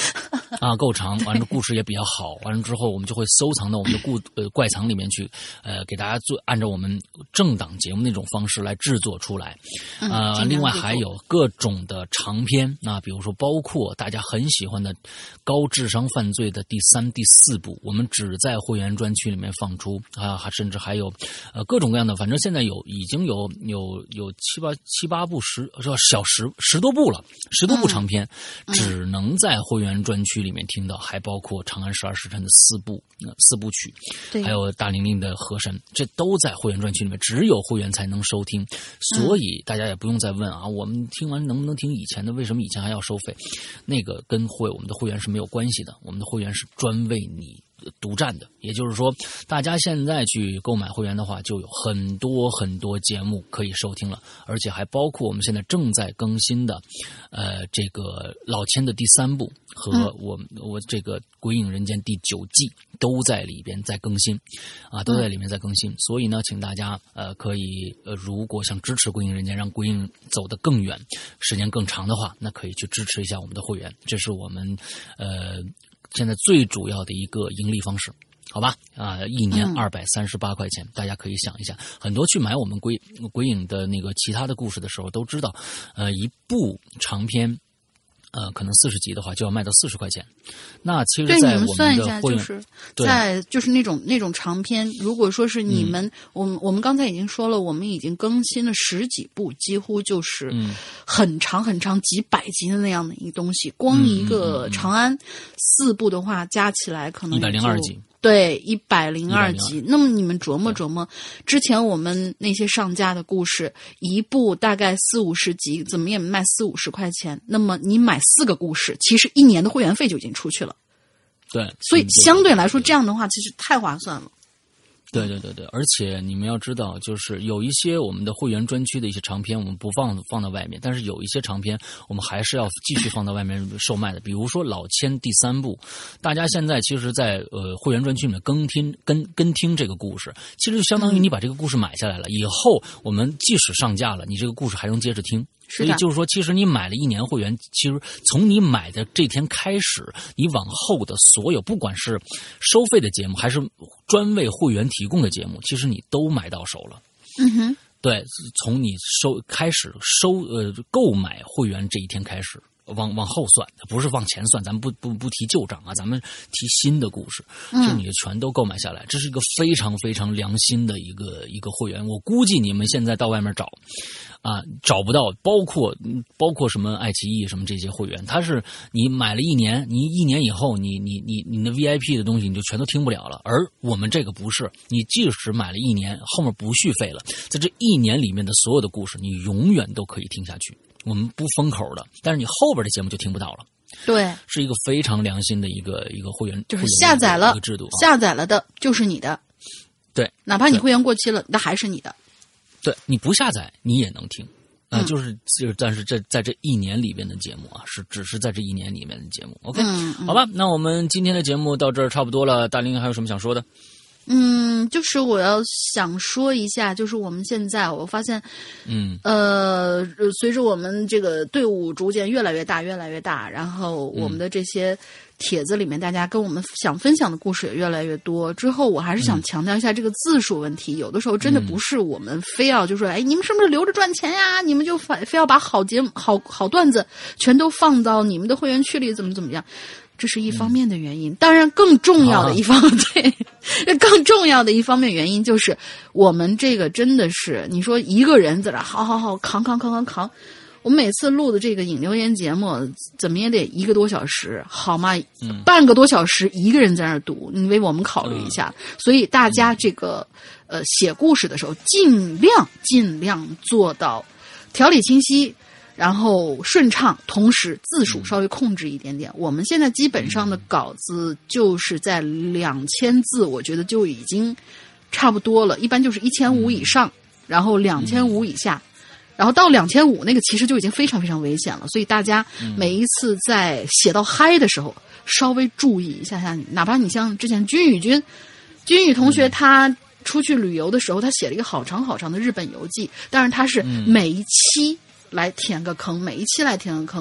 啊，够长，完了故事也比较好，完了之后我们就会收藏到我们的故呃怪藏里面去，呃，给大家做按照我们正档节目那种方式来制作出来。呃， 嗯、 另外还有各种的长篇啊，比如说包括大家很喜欢的高智商犯罪的第三、第四部，我们只在会员专区里面放出啊，甚至还有呃各种各样的，反正现在有已经有有有七八七八部十是吧小十十多部了，十多部长篇，嗯、只能在会员专区里面听到，还包括《长安十二时辰》的四部、呃、四部曲，还有大玲玲的《河神》，这都在会员专区里面，只有会员才能收听，所以大家也不用再问啊，我们听完能不能听以前的？为什么以前还要收费？那个跟会我们的会员是没有关系的，我们的会员是专为你独占的，也就是说，大家现在去购买会员的话，就有很多很多节目可以收听了，而且还包括我们现在正在更新的，呃，这个老千的第三部和我、嗯、我这个《鬼影人间》第九季都在里边在更新，啊，都在里面在更新。嗯、所以呢，请大家呃可以呃，如果想支持《鬼影人间》，让鬼影走得更远、时间更长的话，那可以去支持一下我们的会员，这是我们呃。现在最主要的一个盈利方式，好吧？啊、呃，一年二百三十八块钱、嗯，大家可以想一下。很多去买我们鬼鬼影的那个其他的故事的时候，都知道，呃，一部长篇，呃，可能四十集的话，就要卖到四十块钱。那其实，在我们的会员， 就是在就是那种那种长篇，如果说是你们，嗯、我们我们刚才已经说了，我们已经更新了十几部，几乎就是很长很长几百集的那样的一个东西。光一个长安、嗯嗯嗯、四部的话，加起来可能一百零二集。 对，一百零二集。那么你们琢磨琢磨，之前我们那些上架的故事，一部大概四五十集，怎么也卖四五十块钱。那么你买四个故事，其实一年的会员费就已经出去了。 对， 所以相对来说，这样的话其实太划算了。 对对对对，而且你们要知道，就是有一些我们的会员专区的一些长篇，我们不放放到外面，但是有一些长篇我们还是要继续放到外面售卖的。比如说老千第三部，大家现在其实在呃会员专区里面跟听跟跟听这个故事，其实就相当于你把这个故事买下来了，以后我们即使上架了，你这个故事还能接着听。所以就是说，其实你买了一年会员，其实从你买的这天开始，你往后的所有，不管是收费的节目还是专为会员提供的节目，其实你都买到手了。 嗯哼， 对，从你收开始收呃购买会员这一天开始。往往后算，不是往前算，咱们不不不提旧账啊，咱们提新的故事，就你全都购买下来，这是一个非常非常良心的一个一个会员。我估计你们现在到外面找，啊，找不到，包括包括什么爱奇艺什么这些会员，它是你买了一年，你一年以后，你你你你的 V I P 的东西你就全都听不了了。而我们这个不是，你即使买了一年，后面不续费了，在这一年里面的所有的故事，你永远都可以听下去。我们不封口的，但是你后边的节目就听不到了。 对， 是一个非常良心的一个一个会员， 就是下载了一个制度、啊， 下载了的就是你的。 对， 哪怕你会员过期了，那还是你的。 对，你不下载你也能听啊、呃嗯，就是就是，但是这在这一年里面的节目啊，是只是在这一年里面的节目。OK，、 嗯嗯、 好吧，那我们今天的节目到这儿差不多了。大林还有什么想说的？ 嗯，就是我要想说一下，就是我们现在我发现， 嗯， 呃，随着我们这个队伍逐渐越来越大，越来越大，然后我们的这些帖子里面，大家跟我们想分享的故事也越来越多。之后，我还是想强调一下这个字数问题，嗯、有的时候真的不是我们非要就说，哎，你们是不是留着赚钱呀？你们就非非要把好节目、好好段子全都放到你们的会员区里，怎么怎么样？这是一方面的原因，嗯、当然更重要的一方面，啊、对，更重要的一方面原因就是我们这个真的是，你说一个人在这好好好扛扛扛扛扛，我们每次录的这个引留言节目，怎么也得一个多小时，好吗？嗯、半个多小时一个人在那儿读，你为我们考虑一下。嗯、所以大家这个呃写故事的时候，尽量尽量做到条理清晰。然后顺畅，同时字数稍微控制一点点。嗯、我们现在基本上的稿子就是在两千字，我觉得就已经差不多了。一般就是一千五以上，嗯、然后两千五以下，嗯、然后到两千五那个其实就已经非常非常危险了。所以大家每一次在写到嗨的时候，稍微注意一下下，哪怕你像之前君宇君，君宇同学他出去旅游的时候，他写了一个好长好长的日本游记，但是他是每一期。来填个坑，每一期来填个坑，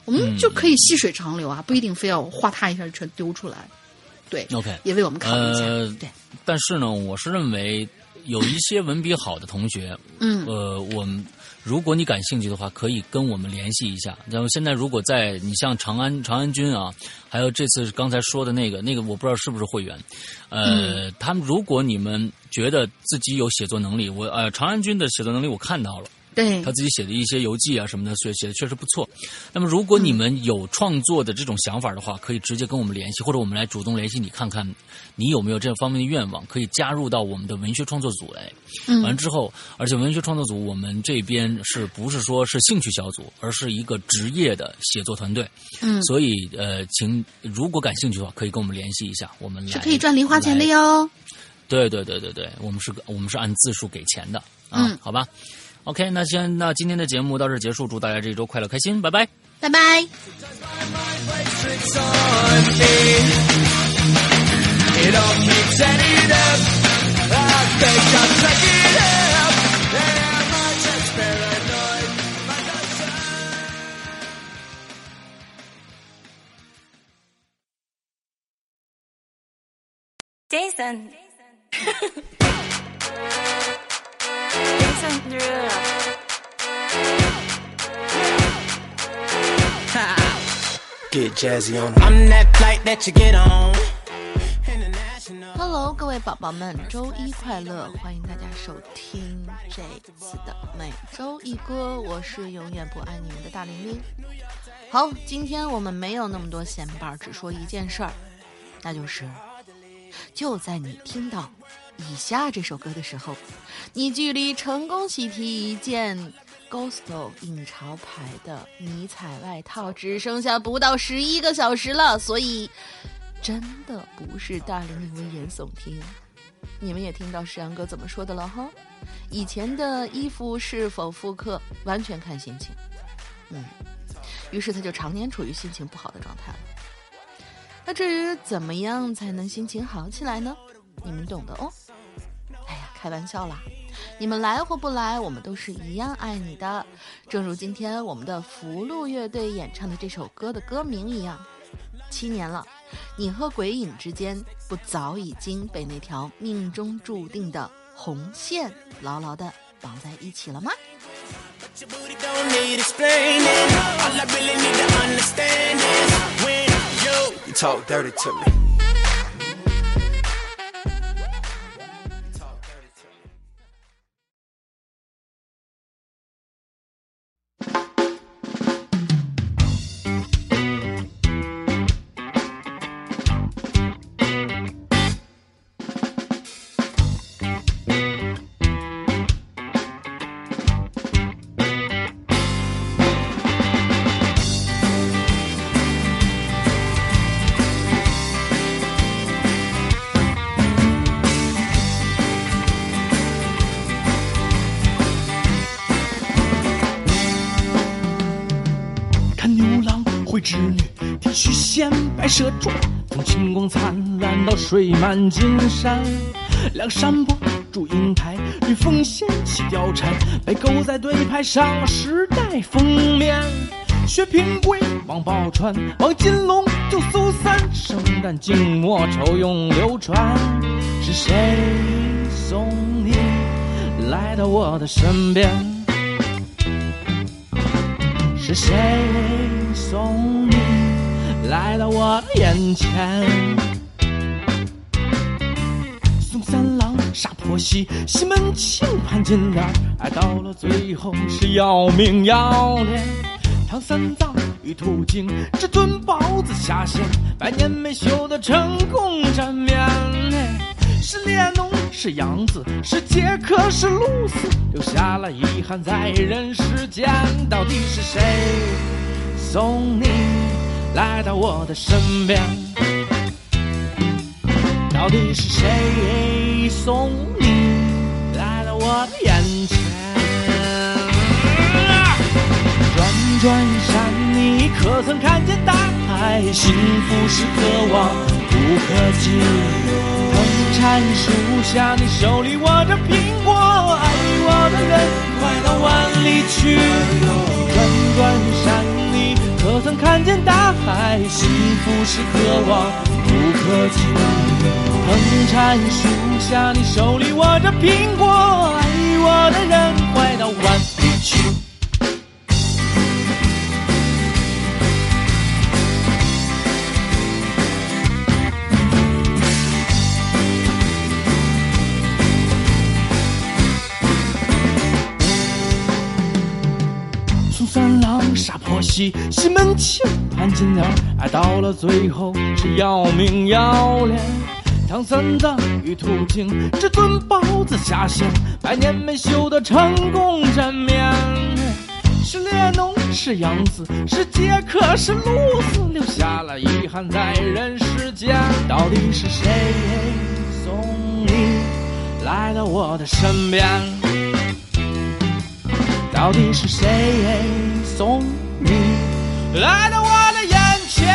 我们就可以细水长流啊，不一定非要哗嗒一下全丢出来。对 ，OK， 也为我们考虑一下。 呃、 对， 但是呢，我是认为有一些文笔好的同学， 嗯， 呃，我们如果你感兴趣的话，可以跟我们联系一下。然后现在如果在你像长安长安君啊，还有这次刚才说的那个那个，我不知道是不是会员，呃， 嗯、 他们如果你们觉得自己有写作能力，我呃长安君的写作能力我看到了。 对他自己写的一些游记啊什么的，写写的确实不错。那么，如果你们有创作的这种想法的话，可以直接跟我们联系，或者我们来主动联系你，看看你有没有这方面的愿望，可以加入到我们的文学创作组来。 嗯， 完之后，而且文学创作组我们这边是不是说是兴趣小组，而是一个职业的写作团队。 嗯， 所以呃，请如果感兴趣的话，可以跟我们联系一下，我们来是可以赚零花钱的哟。 对对对对对，我们是我们是按字数给钱的啊， 嗯， 好吧。OK， 那先那今天的节目到这儿结束，祝大家这一周快乐开心，拜拜， 拜拜。 Jason Jason Derulo Get jazzy on. I'm that flight that you get on. Hello， 各位宝宝们，周一快乐！欢迎大家收听这次的每周一歌，我是永远不爱你们的大玲玲。好，今天我们没有那么多闲板，只说一件事儿，那就是就在你听到以下这首歌的时候，你距离成功喜提一件 Gusto 印潮牌的迷彩外套只剩下不到十一个小时了，所以真的不是大龄的危言耸听。你们也听到石阳哥怎么说的了哈？以前的衣服是否复刻，完全看心情。嗯，于是他就常年处于心情不好的状态了。那至于怎么样才能心情好起来呢？你们懂的哦。哎呀，开玩笑啦，你们来或不来，我们都是一样爱你的。正如今天我们的福禄乐队演唱的这首歌的歌名一样，七年了，你和鬼影之间不早已经被那条命中注定的红线牢牢地绑在一起了吗？ Your booty don't need explaining. All I really need to understand is when you, you talk dirty to me. 织女剃须线白蛇传，从晴空灿烂到水漫金山。梁山伯祝英台与凤仙起貂蝉，被勾在对牌上了时代封面。薛平贵王宝钏王金龙就苏三，生旦净末抽用流传。是谁送你来到我的身边？是谁送你来到我眼前？宋三郎杀婆媳，西门庆潘金莲，爱到了最后是要命要脸。唐三藏与途经，只吞包子下线，百年没朽的成功沾面。是列侬，是杨子，是杰克，是露丝，留下了遗憾在人世间。到底是谁送你来到我的身边？到底是谁送你来到我的眼前？转转山，你可曾看见大海？幸福是渴望不可及。藤缠树下，你手里握着苹果，爱我的人快到万里去。转转山，你可曾看见大海？幸福是渴望不可及。藤缠树下，你手里握着苹果，爱我的人快到万里去。三郎杀破西，西门庆潘金莲，爱到了最后是要命要脸。唐三藏与途经，至尊宝子下线，百年没修的成功枕面。是列侬，是杨子，是杰克，是露丝，留下了遗憾在人世间。到底是谁送你来到我的身边？到底是谁送你来到我的眼前？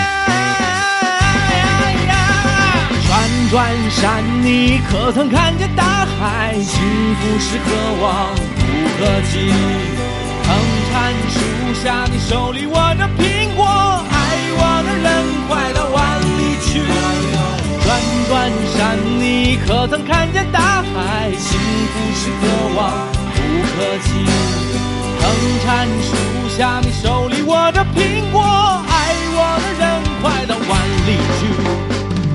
转转山，你可曾看见大海？幸福是渴望不可及。藤缠树下，你手里握着苹果，爱我的人快到万里去。转转山，你可曾看见大海？幸福是渴望不可及。藤缠树下，你手里握着苹果，爱我的人快到万里去。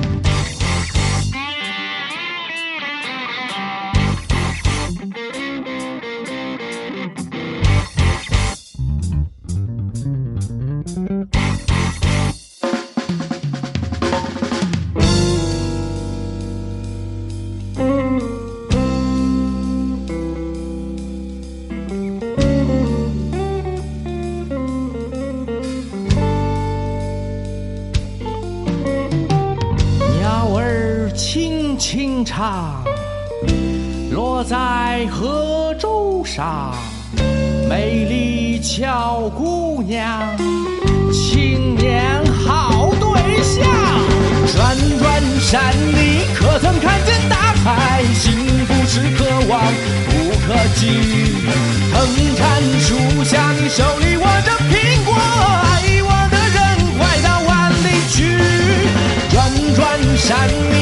轻唱落在河舟上，美丽俏姑娘，青年好对象。转转山，你可曾看见大海？幸福是渴望不可及。藤缠树下，你手里握着苹果，爱我的人快到万里去。转转山，你